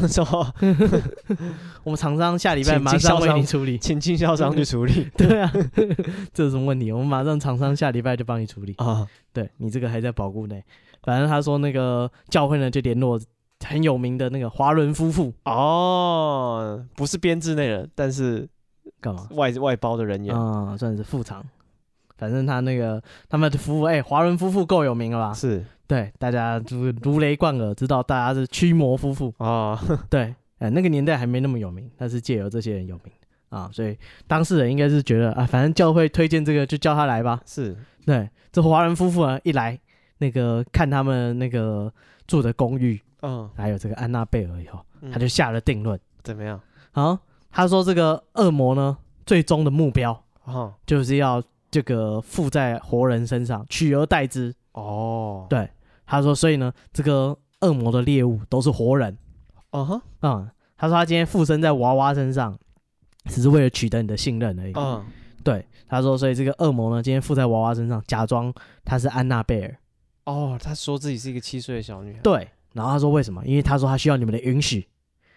我们厂商下礼拜马上为你处理， 请经销商去处理。 对啊，这有什么问题？我们马上厂商下礼拜就帮你处理对，你这个还在保固内。反正他说那个教会呢就联络很有名的那个华伦夫妇不是编制内人，但是干嘛外包的人员算是副厂。反正他们的服务，华伦夫妇够有名了吧？ 是， 对，大家就是如雷贯耳，知道大家是驱魔夫妇对，那个年代还没那么有名，但是借由这些人有名所以当事人应该是觉得反正教会推荐这个就叫他来吧。 是， 对，这华伦夫妇呢一来，那个看他们那个住的公寓。还有这个安娜贝尔以后，他就下了定论。 怎么样？ 他说这个恶魔呢，最终的目标就是要这个附在活人身上，取而代之。对，他说，所以呢，这个恶魔的猎物都是活人。他说他今天附身在娃娃身上，只是为了取得你的信任而已。对，他说，所以这个恶魔呢，今天附在娃娃身上，假装他是安娜贝尔。 他说自己是一个7岁的小女孩。 对。然后他说为什么？因为他说他需要你们的允许，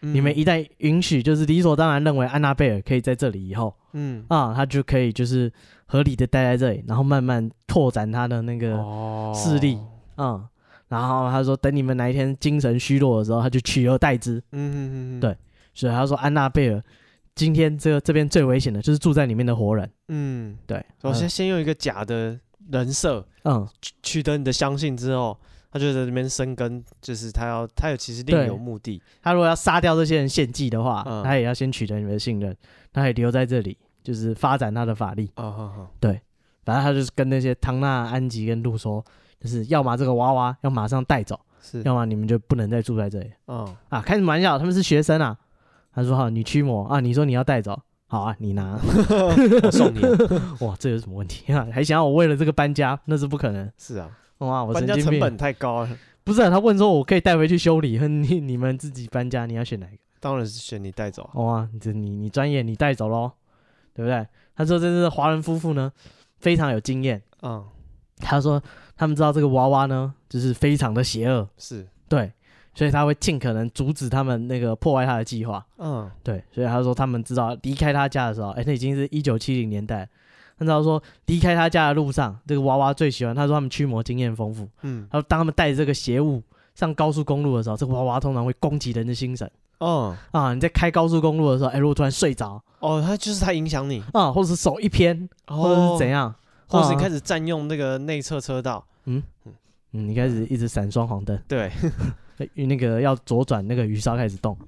你们一旦允许，就是理所当然认为安娜贝尔可以在这里以后，他就可以就是合理的待在这里，然后慢慢拓展他的那个势力，然后他说等你们哪一天精神虚弱的时候，他就取而代之，对，所以他说安娜贝尔今天这边最危险的就是住在里面的活人，对， 我先用一个假的人设，取得你的相信之后。他就在这边生根，就是他有其实另有目的。 他如果要杀掉这些人献祭的话，他也要先取得你们的信任，他也留在这里，就是发展他的法力。对，反正他就是跟那些唐纳、安吉跟路说，就是要么这个娃娃要马上带走，要么你们就不能再住在这里。开什么玩笑？他们是学生啊。他说好，你驱魔啊，你说你要带走，好啊，你拿， 我送你。 哇，这有什么问题啊？还想要我为了这个搬家？那是不可能。 是啊。 哇，我搬家成本太高了。 不是啊，他问说我可以带回去修理，和你们自己搬家，你要选哪一个？ 当然是选你带走。 哇，你专业，你带走咯，对不对？他说这是华人夫妇呢，非常有经验。他说他们知道这个娃娃呢，就是非常的邪恶， 是对， 所以他会尽可能阻止他们那个破坏他的计划。对，所以他说他们知道离开他家的时候，那已经是1970年代。他知道说离开他家的路上，这个娃娃最喜欢。他说他们驱魔经验丰富。他说当他们带着这个邪物上高速公路的时候，这个娃娃通常会攻击人的心神。你在开高速公路的时候，如果突然睡着， 他就是他影响你或者是手一偏，或者是怎样， 或者是你开始占用那个内侧车道， 你开始一直闪双黄灯， 对， 那个要左转，那个鱼烧开始动。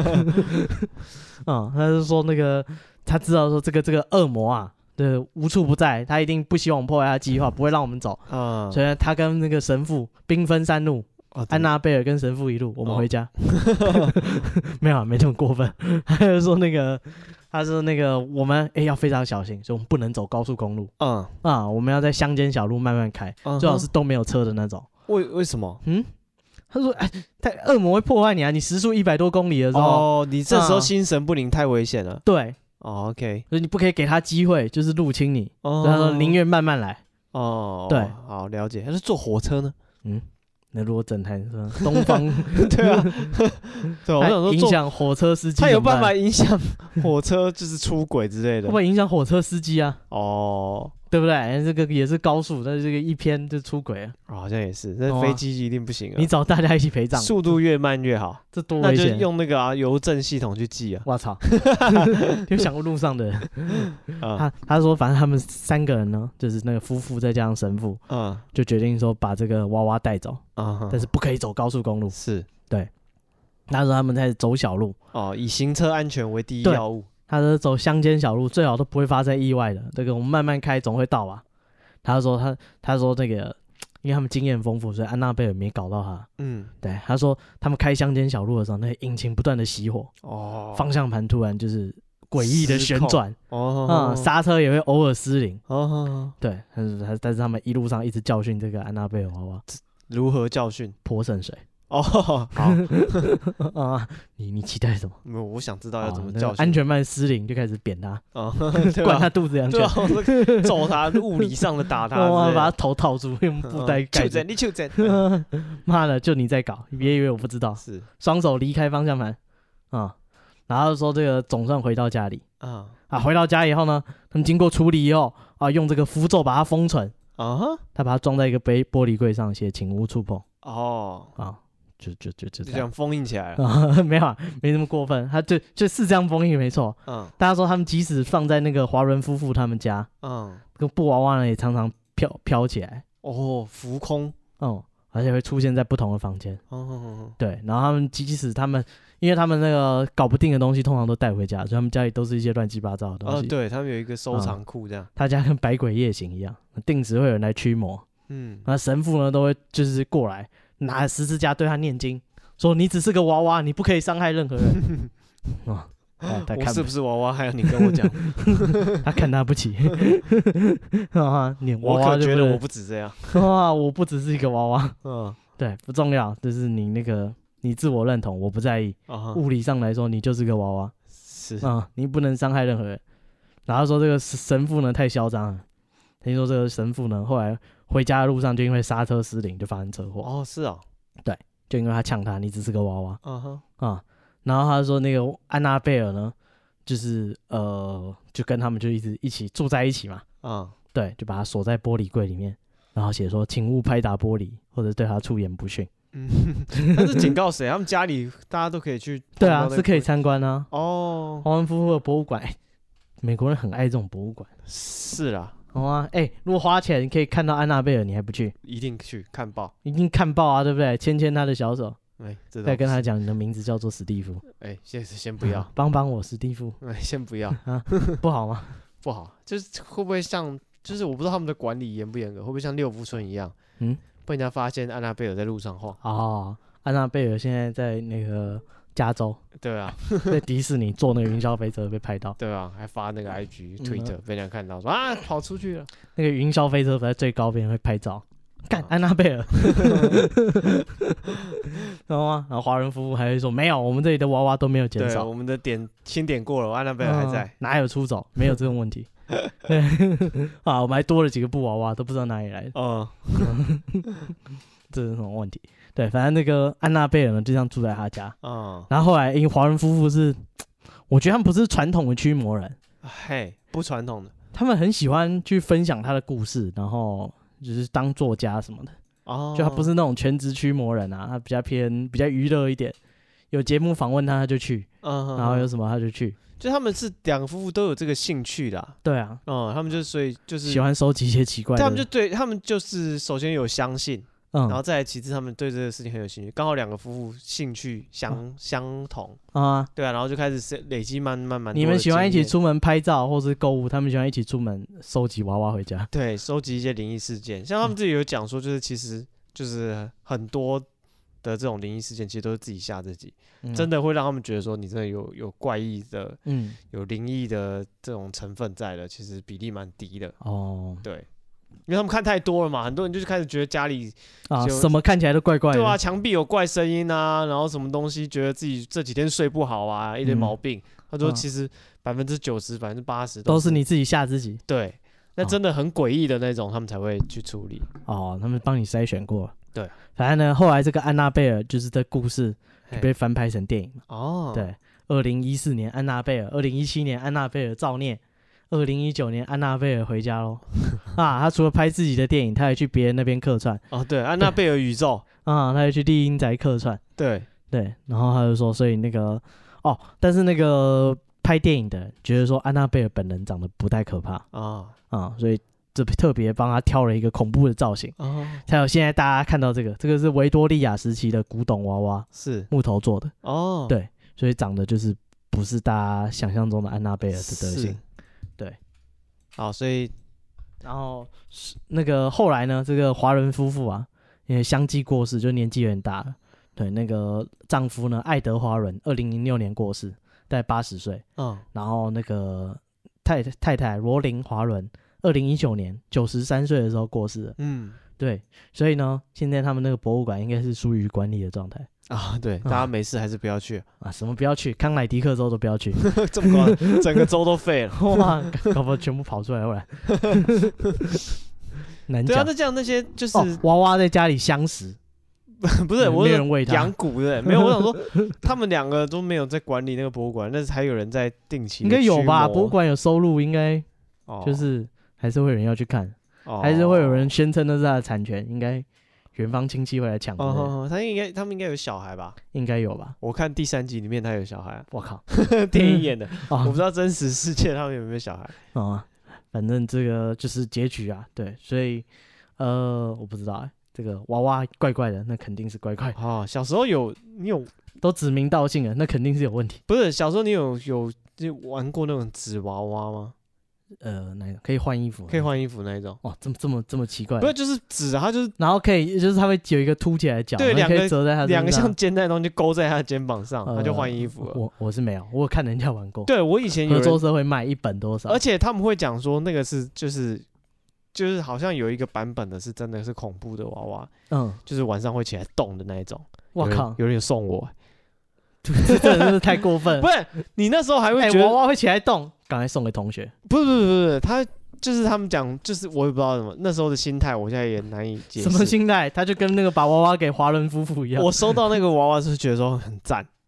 他就说那个他知道说这个恶魔啊。对，无处不在，他一定不希望我们破坏他的计划，不会让我们走。所以他跟那个神父兵分三路，安娜贝尔跟神父一路，我们回家。没有，没这么过分。他就说他说我们要非常小心，所以我们不能走高速公路。我们要在乡间小路慢慢开，最好是都没有车的那种。 为什么？ 他说恶魔会破坏你啊！你时速100多公里的时候， 你这时候心神不宁，太危险了。 对。 OK， 所以你不可以给他机会，就是入侵你。他说宁愿慢慢来。对， 好了解。他是坐火车呢？ 那如果整台东方， 对啊，对，我想说影响火车司机， 他有办法影响火车，就是出轨之类的， 会影响火车司机啊。对不对？这个也是高速，但是这个一偏就出轨了。 好像也是，那飞机一定不行啊。 你找大家一起陪葬， 速度越慢越好。 这多危险！ 那就用那个邮政系统去寄啊。 我操！有想过路上的人？他说，反正他们3个人呢，就是那个夫妇再加上神父，就决定说把这个娃娃带走，但是不可以走高速公路。 是， 对。那时候他们在走小路， 以行车安全为第一要务。 他说走乡间小路最好都不会发生意外的，这个我们慢慢开总会到吧。他说那个，因为他们经验丰富，所以安娜贝尔没搞到他。对，他说他们开乡间小路的时候，那个引擎不断的熄火，方向盘突然就是诡异的旋转，刹车也会偶尔失灵。对，但是他们一路上一直教训这个安娜贝尔娃娃， 如何教训？ 泼圣水。 好你期待什么？ 没有，我想知道要怎么教训。 安全曼失灵就开始扁他，灌他肚子2 拳，揍他，物理上的打他， 把他头套住，用布袋盖着。 你就在， 妈的，就你在搞，别以为我不知道。 是， 双手离开方向盘，然后说这个总算回到家里，回到家以后呢，他们经过处理以后，用这个符咒把它封存，他把它装在一个玻璃柜上，写请勿触碰。就这样封印起来了。 没有啊，没那么过分，他就是这样封印没错。大家说他们即使放在那个华伦夫妇他们家，这个布娃娃呢也常常飘起来， 浮空， 而且会出现在不同的房间。对，然后他们即使因为他们那个搞不定的东西通常都带回家，所以他们家里都是一些乱七八糟的东西。 对，他们有一个收藏库这样。 他家跟百鬼夜行一样，定时会有人来驱魔。那神父呢都会就是过来拿十字架对他念经，说你只是个娃娃，你不可以伤害任何人。 我是不是娃娃？还要你跟我讲？ 他看他不起。 我可觉得我不止这样。 我不只是一个娃娃。对，不重要，就是你自我认同，我不在意。物理上来说，你就是个娃娃。 是你不能伤害任何人。然后说这个神父呢太嚣张了。听说这个神父呢，后来回家的路上就因为刹车失灵就发生车祸。 是啊， 对，就因为他呛他，你只是个娃娃。 然后他说那个安娜贝尔呢，就是就跟他们就一起住在一起嘛，对，就把他锁在玻璃柜里面，然后写说请勿拍打玻璃或者对他出言不逊。 但是警告谁？他们家里大家都可以去。 对啊，是可以参观啊。华伦夫妇的博物馆，美国人很爱这种博物馆。 是啦。 好啊，如果花钱可以看到安娜贝尔，你还不去？ 一定去看报， 一定看报啊，对不对？牵牵他的小手，再跟他讲你的名字叫做史蒂夫。 先不要， 帮帮我，史蒂夫。 先不要啊，不好吗？ 不好，就是会不会像，就是我不知道他们的管理严不严格，会不会像六福村一样，被人家发现安娜贝尔在路上晃。 安娜贝尔现在在那个加州。 对啊， 在迪士尼坐那个云霄飞车被拍到。 对啊，还发那个 IG、Twitter 被人家看到说跑出去了。 那个云霄飞车在最高边会拍照，干安娜贝尔。然后华人夫妇还会说没有，我们这里的娃娃都没有减少， 对，我们的清点过了，安娜贝尔还在， 哪有出走？没有这种问题。我们还多了几个布娃娃，都不知道哪里来的。这是什么问题？对，反正那个安娜贝尔呢，就这样住在他家。然后后来因为华人夫妇是，我觉得他们不是传统的驱魔人， 不传统的， 他们很喜欢去分享他的故事，然后就是当作家什么的。就他不是那种全职驱魔人啊，他比较娱乐一点，有节目访问他就去，然后有什么他就去。 就他们是两个夫妇都有这个兴趣的。 对啊， 他们所以就是喜欢收集一些奇怪的。 他们就是首先有相信。然后再来其次，他们对这个事情很有兴趣，刚好两个夫妇兴趣相同对啊，然后就开始累积慢慢。 你们喜欢一起出门拍照或是购物，他们喜欢一起出门收集娃娃回家。 对，收集一些灵异事件，像他们自己有讲说，就是其实就是很多的这种灵异事件，其实都是自己吓自己，真的会让他们觉得说你真的有怪异的，有灵异的这种成分在的，其实比例蛮低的。对。因为他们看太多了嘛，很多人就是开始觉得家里什么看起来都怪怪的。 对啊，墙壁有怪声音啊，然后什么东西觉得自己这几天睡不好啊，一堆毛病。他说其实90%、80% 都是你自己吓自己。 对，那真的很诡异的那种，他们才会去处理。 他们帮你筛选过。 对， 反正呢，后来这个安娜贝尔就是这故事就被翻拍成电影。对，2014年安娜贝尔，2017年安娜贝尔造孽。2019年安娜贝尔回家咯。他除了拍自己的电影，他还去别人那边客串。 对，安娜贝尔宇宙。 他还去丽英宅客串。对，然后他就说，所以那个但是那个拍电影的觉得说安娜贝尔本人长得不太可怕所以这特别帮他挑了一个恐怖的造型才有现在大家看到这个是维多利亚时期的古董娃娃，是木头做的对，所以长得就是不是大家想象中的安娜贝尔的德性。对， 所以然后那个后来呢，这个华人夫妇因为相继过世，就年纪有点大了。对，那个丈夫呢，爱德华伦，2006年过世，大概80岁。然后那个太太罗琳华伦，2019年93岁的时候过世了。对，所以呢，现在他们那个博物馆应该是疏于管理的状态。 对，大家没事还是不要去什么不要去，康乃狄克州都不要去。 这么高，整个州都废了。 哇，搞不好全部跑出来后来。难讲。 对啊，那些就是娃娃在家里相识。 不是，我没人喂他养蛊的，没有。我想说，他们两个都没有在管理那个博物馆，但是还有人在定期。 应该有吧？博物馆有收入，应该就是还是会有人要去看，还是会有人宣称那是他的产权，应该远方亲戚会来抢。 他们应该有小孩吧？ 应该有吧？ 我看第3集里面他有小孩。 我靠， 电影演的，我不知道真实世界他们有没有小孩。 反正这个就是结局对，所以我不知道这个娃娃怪怪的，那肯定是怪怪的。 小时候你有都指名道姓了，那肯定是有问题。 不是，小时候你有玩过那种纸娃娃吗？ 那个可以换衣服， 那一种。 这么奇怪？ 不是，就是纸它就是， 然后可以就是它会有一个凸起来的角， 对， 可以折在它两个像肩带的东西勾在它的肩膀上，它就换衣服了。 我是没有，我有看人家玩过。 对，我以前有合作社会卖1本多少， 而且他们会讲说那个是就是好像有一个版本的是真的是恐怖的娃娃，就是晚上会起来动的那一种。 我靠， 有人送我， 这真的是太过分了。 不是，你那时候还会觉得娃娃会起来动，赶快送给同学。 不是，他就是他们讲，就是我也不知道什么那时候的心态，我现在也难以解释。 什么心态？他就跟那个把娃娃给华伦夫妇一样。 我收到那个娃娃是觉得说很赞。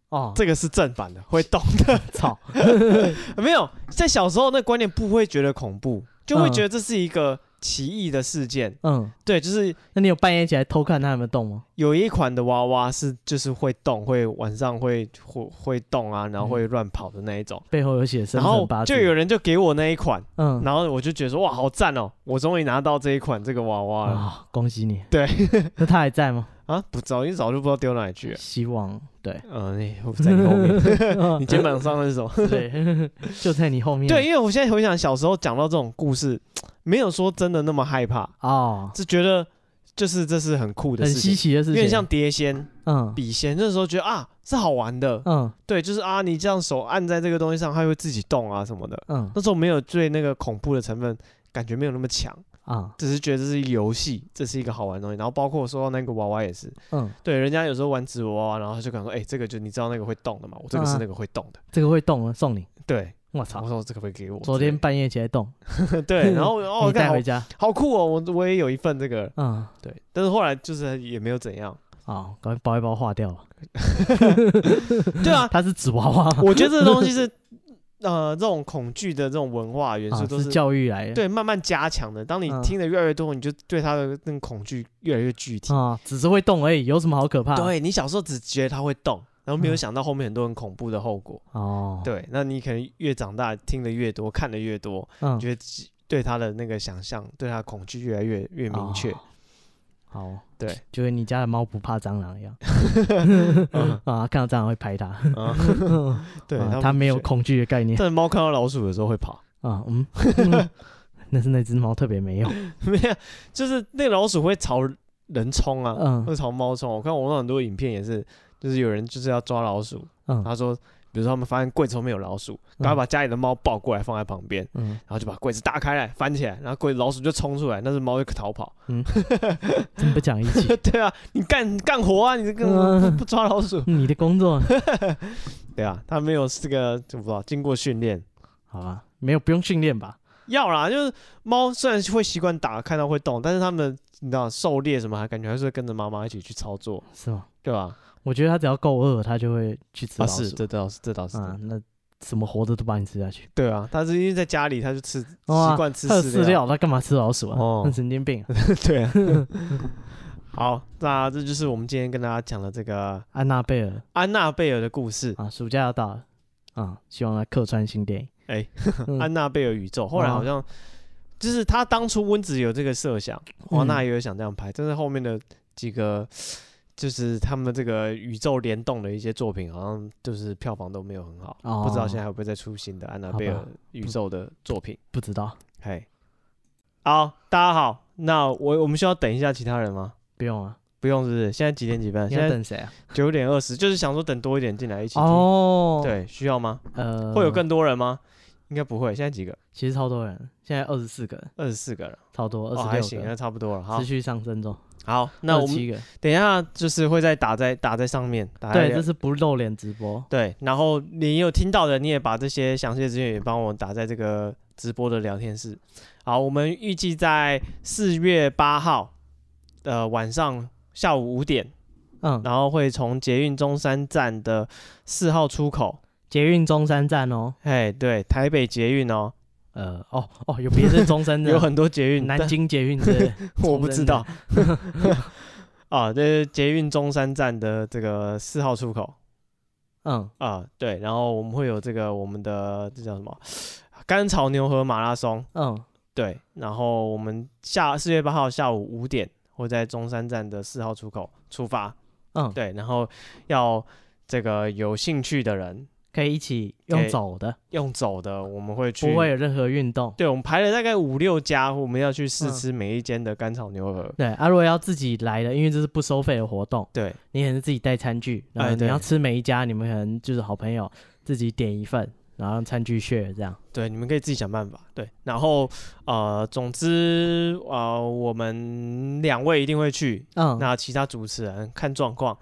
哦， 这个是正版的，会动的。 操， 没有，在小时候那观念不会觉得恐怖，就会觉得这是一个奇异的事件。对，就是。 那你有半夜起来偷看它有没有动吗？ 有一款的娃娃是就是会动，会晚上会动啊，然后会乱跑的那一种， 背后有写生辰八字。 然后就有人就给我那一款，然后我就觉得说哇好赞哦，我终于拿到这一款这个娃娃了， 恭喜你。 对， 那他还在吗？ 啊，不早就不知道丢哪里去了。 希望对， 我在你后面，你肩膀上是什么？ 对，就在你后面。 对，因为我现在回想小时候讲到这种故事，没有说真的那么害怕哦，是觉得。就是这是很酷的事情， 很稀奇的事情， 有点像碟仙、笔仙。那时候觉得啊是好玩的，对，就是啊你这样手按在这个东西上，它会自己动啊什么的。那时候没有对那个恐怖的成分感觉没有那么强啊，只是觉得这是一个游戏，这是一个好玩的东西。然后包括说到那个娃娃也是，对，人家有时候玩纸娃娃，然后他就敢说，这个就你知道那个会动的嘛，我这个是那个会动的， 这个会动的送你， 对。 我操！ 我说这个会给我。 昨天半夜起来动， 对，然后你带回家， 好酷哦！我也有一份这个，对，但是后来就是也没有怎样啊，赶快包一包化掉了。 对啊， 它是纸娃娃。 我觉得这东西是这种恐惧的这种文化元素都是教育来的， 对，慢慢加强的。当你听的越来越多，你就对它的那个恐惧越来越具体啊，只是会动而已，有什么好可怕？ 对，你小时候只觉得它会动。然后没有想到后面很多很恐怖的后果哦，对，那你可能越长大听得越多，看得越多，觉得对他的那个想象，对他的恐惧越来越明确。 好， 对， 就跟你家的猫不怕蟑螂一样啊，看到蟑螂会拍它，对，它没有恐惧的概念。 但是猫看到老鼠的时候会跑啊， 那是那只猫特别没有， 没有，就是那个老鼠会朝人冲啊，会朝猫冲。我看网上很多影片也是。就是有人就是要抓老鼠，他说，比如说他们发现柜子后面有老鼠，赶快把家里的猫抱过来放在旁边，然后就把柜子打开来翻起来，然后柜子老鼠就冲出来，那只猫就逃跑。 真不讲义气。 对啊，你干活啊，你这个不抓老鼠， 你的工作。 对啊，他没有这个就不知道经过训练， 好吧，没有不用训练吧？ 要啦，就是猫虽然会习惯打，看到会动，但是他们你知道狩猎什么，还感觉还是会跟着妈妈一起去操作， 是吗？ 对吧？ 我觉得它只要够饿，它就会去吃老鼠。 是，这倒是啊，那什么活的都把你吃下去。 对啊，它是因为在家里，它就习惯吃饲料，它干嘛吃老鼠啊？那神经病。 对啊。好，那这就是我们今天跟大家讲的这个安娜贝尔的故事啊。暑假要到了啊，希望来客串新电影。 安娜贝尔宇宙，后来好像就是他当初温子有这个设想，王娜也有想这样拍，但是后面的几个。就是他们这个宇宙联动的一些作品，好像就是票房都没有很好，不知道现在会不会再出新的安娜贝尔宇宙的作品？ 不知道。 嘿，好，大家好，那我们需要等一下其他人吗？ 不用啊， 不用，是不是？现在几点几分？ 现在等谁啊 ？9点20，就是想说等多一点进来一起听。哦，对，需要吗？会有更多人吗？应该不会。现在几个？ 其实超多人，现在24个人。 24个人， 超多，26个。 还行，那差不多了。好， 持续上升中。 好，那我们等一下就是会再打在上面。 对，这是不露脸直播。 对，然后你有听到的，你也把这些详细的资讯也帮我打在这个直播的聊天室。好，我们预计在4月8号的晚上下午5点，然后会从捷运中山站的4号出口。 捷运中山站哦。 对，台北捷运哦。 有别的中山的， 有很多捷运， 南京捷运之我不知道。这是捷运中山站的这个4号出口。对，然后我们会有这个我们的这叫什么甘草牛河马拉松。对，然后我们4月8号下午5点会在中山站的4号出口出发。对，然后要这个有兴趣的人。 可以一起用走的，我们会去， 不会有任何运动。 对，我们排了大概5-6家，我们要去试吃每一间的甘草牛河。 对，如果要自己来的，因为这是不收费的活动， 对， 你可能自己带餐具，然后你要吃每一家，你们可能就是好朋友自己点一份，然后让餐具 share 这样。 对，你们可以自己想办法。对，然后总之我们2位一定会去，那其他主持人看状况。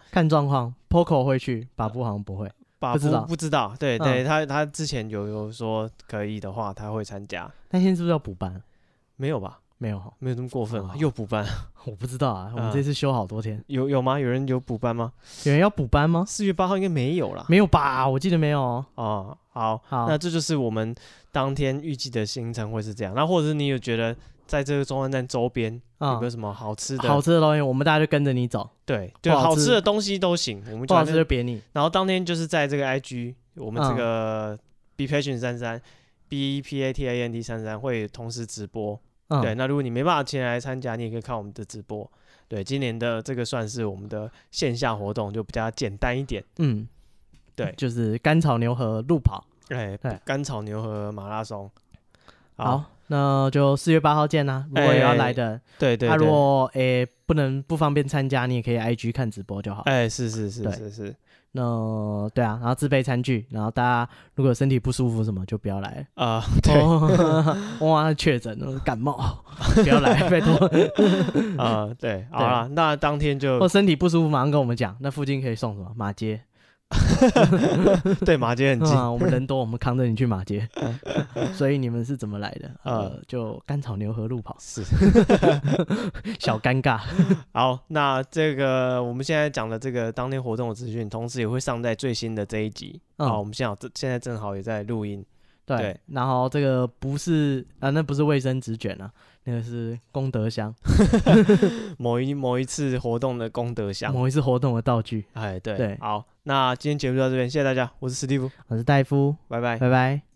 Poco 会去，把布好像不会。 不知道，对，他之前有说可以的话，他会参加。 那现在是不是要补班？ 没有吧？ 没有这么过分啊，又补班？ 我不知道啊，我们这次休好多天。 有吗？有人有补班吗？ 有人要补班吗 ？4月8号应该没有啦。 没有吧？我记得没有。 哦，好，那这就是我们当天预计的行程会是这样。那或者是你有觉得在这个中山站周边有没有什么好吃的？ 好吃的东西，我们大家就跟着你走。 对，好吃的东西都行，我们不好吃就别你。 然后当天就是在这个 IG， 我们这个 BPatient33 BEPATANT33会同时直播。对，那如果你没办法前来参加，你也可以看我们的直播。对，今年的这个算是我们的线下活动，就比较简单一点。对， 就是甘草牛河路跑。 对，甘草牛河马拉松。 好，那就4月8号见啦。如果有要来的， 对， 如果不方便参加，你也可以 IG 看直播就好。 是。 那对啊，然后自备餐具，然后大家如果身体不舒服什么就不要来对， 哇，确诊了感冒，不要来，拜托。 对，好了，那当天就身体不舒服马上跟我们讲，那附近可以送什么马街。 对，马街很近， 我们人多，我们扛着你去马街。所以你们是怎么来的？就甘草牛河路跑， 是小尴尬。 好，那这个我们现在讲的这个当天活动的资讯，同时也会上在最新的这一集。我们现在正好也在录音。 对，然后这个不是那不是卫生纸卷啊，那个是功德箱。 某一次活动的功德箱， 某一次活动的道具。 对，好，那今天节目就到这边，谢谢大家，我是史蒂夫， 我是戴夫， 拜拜， 拜拜。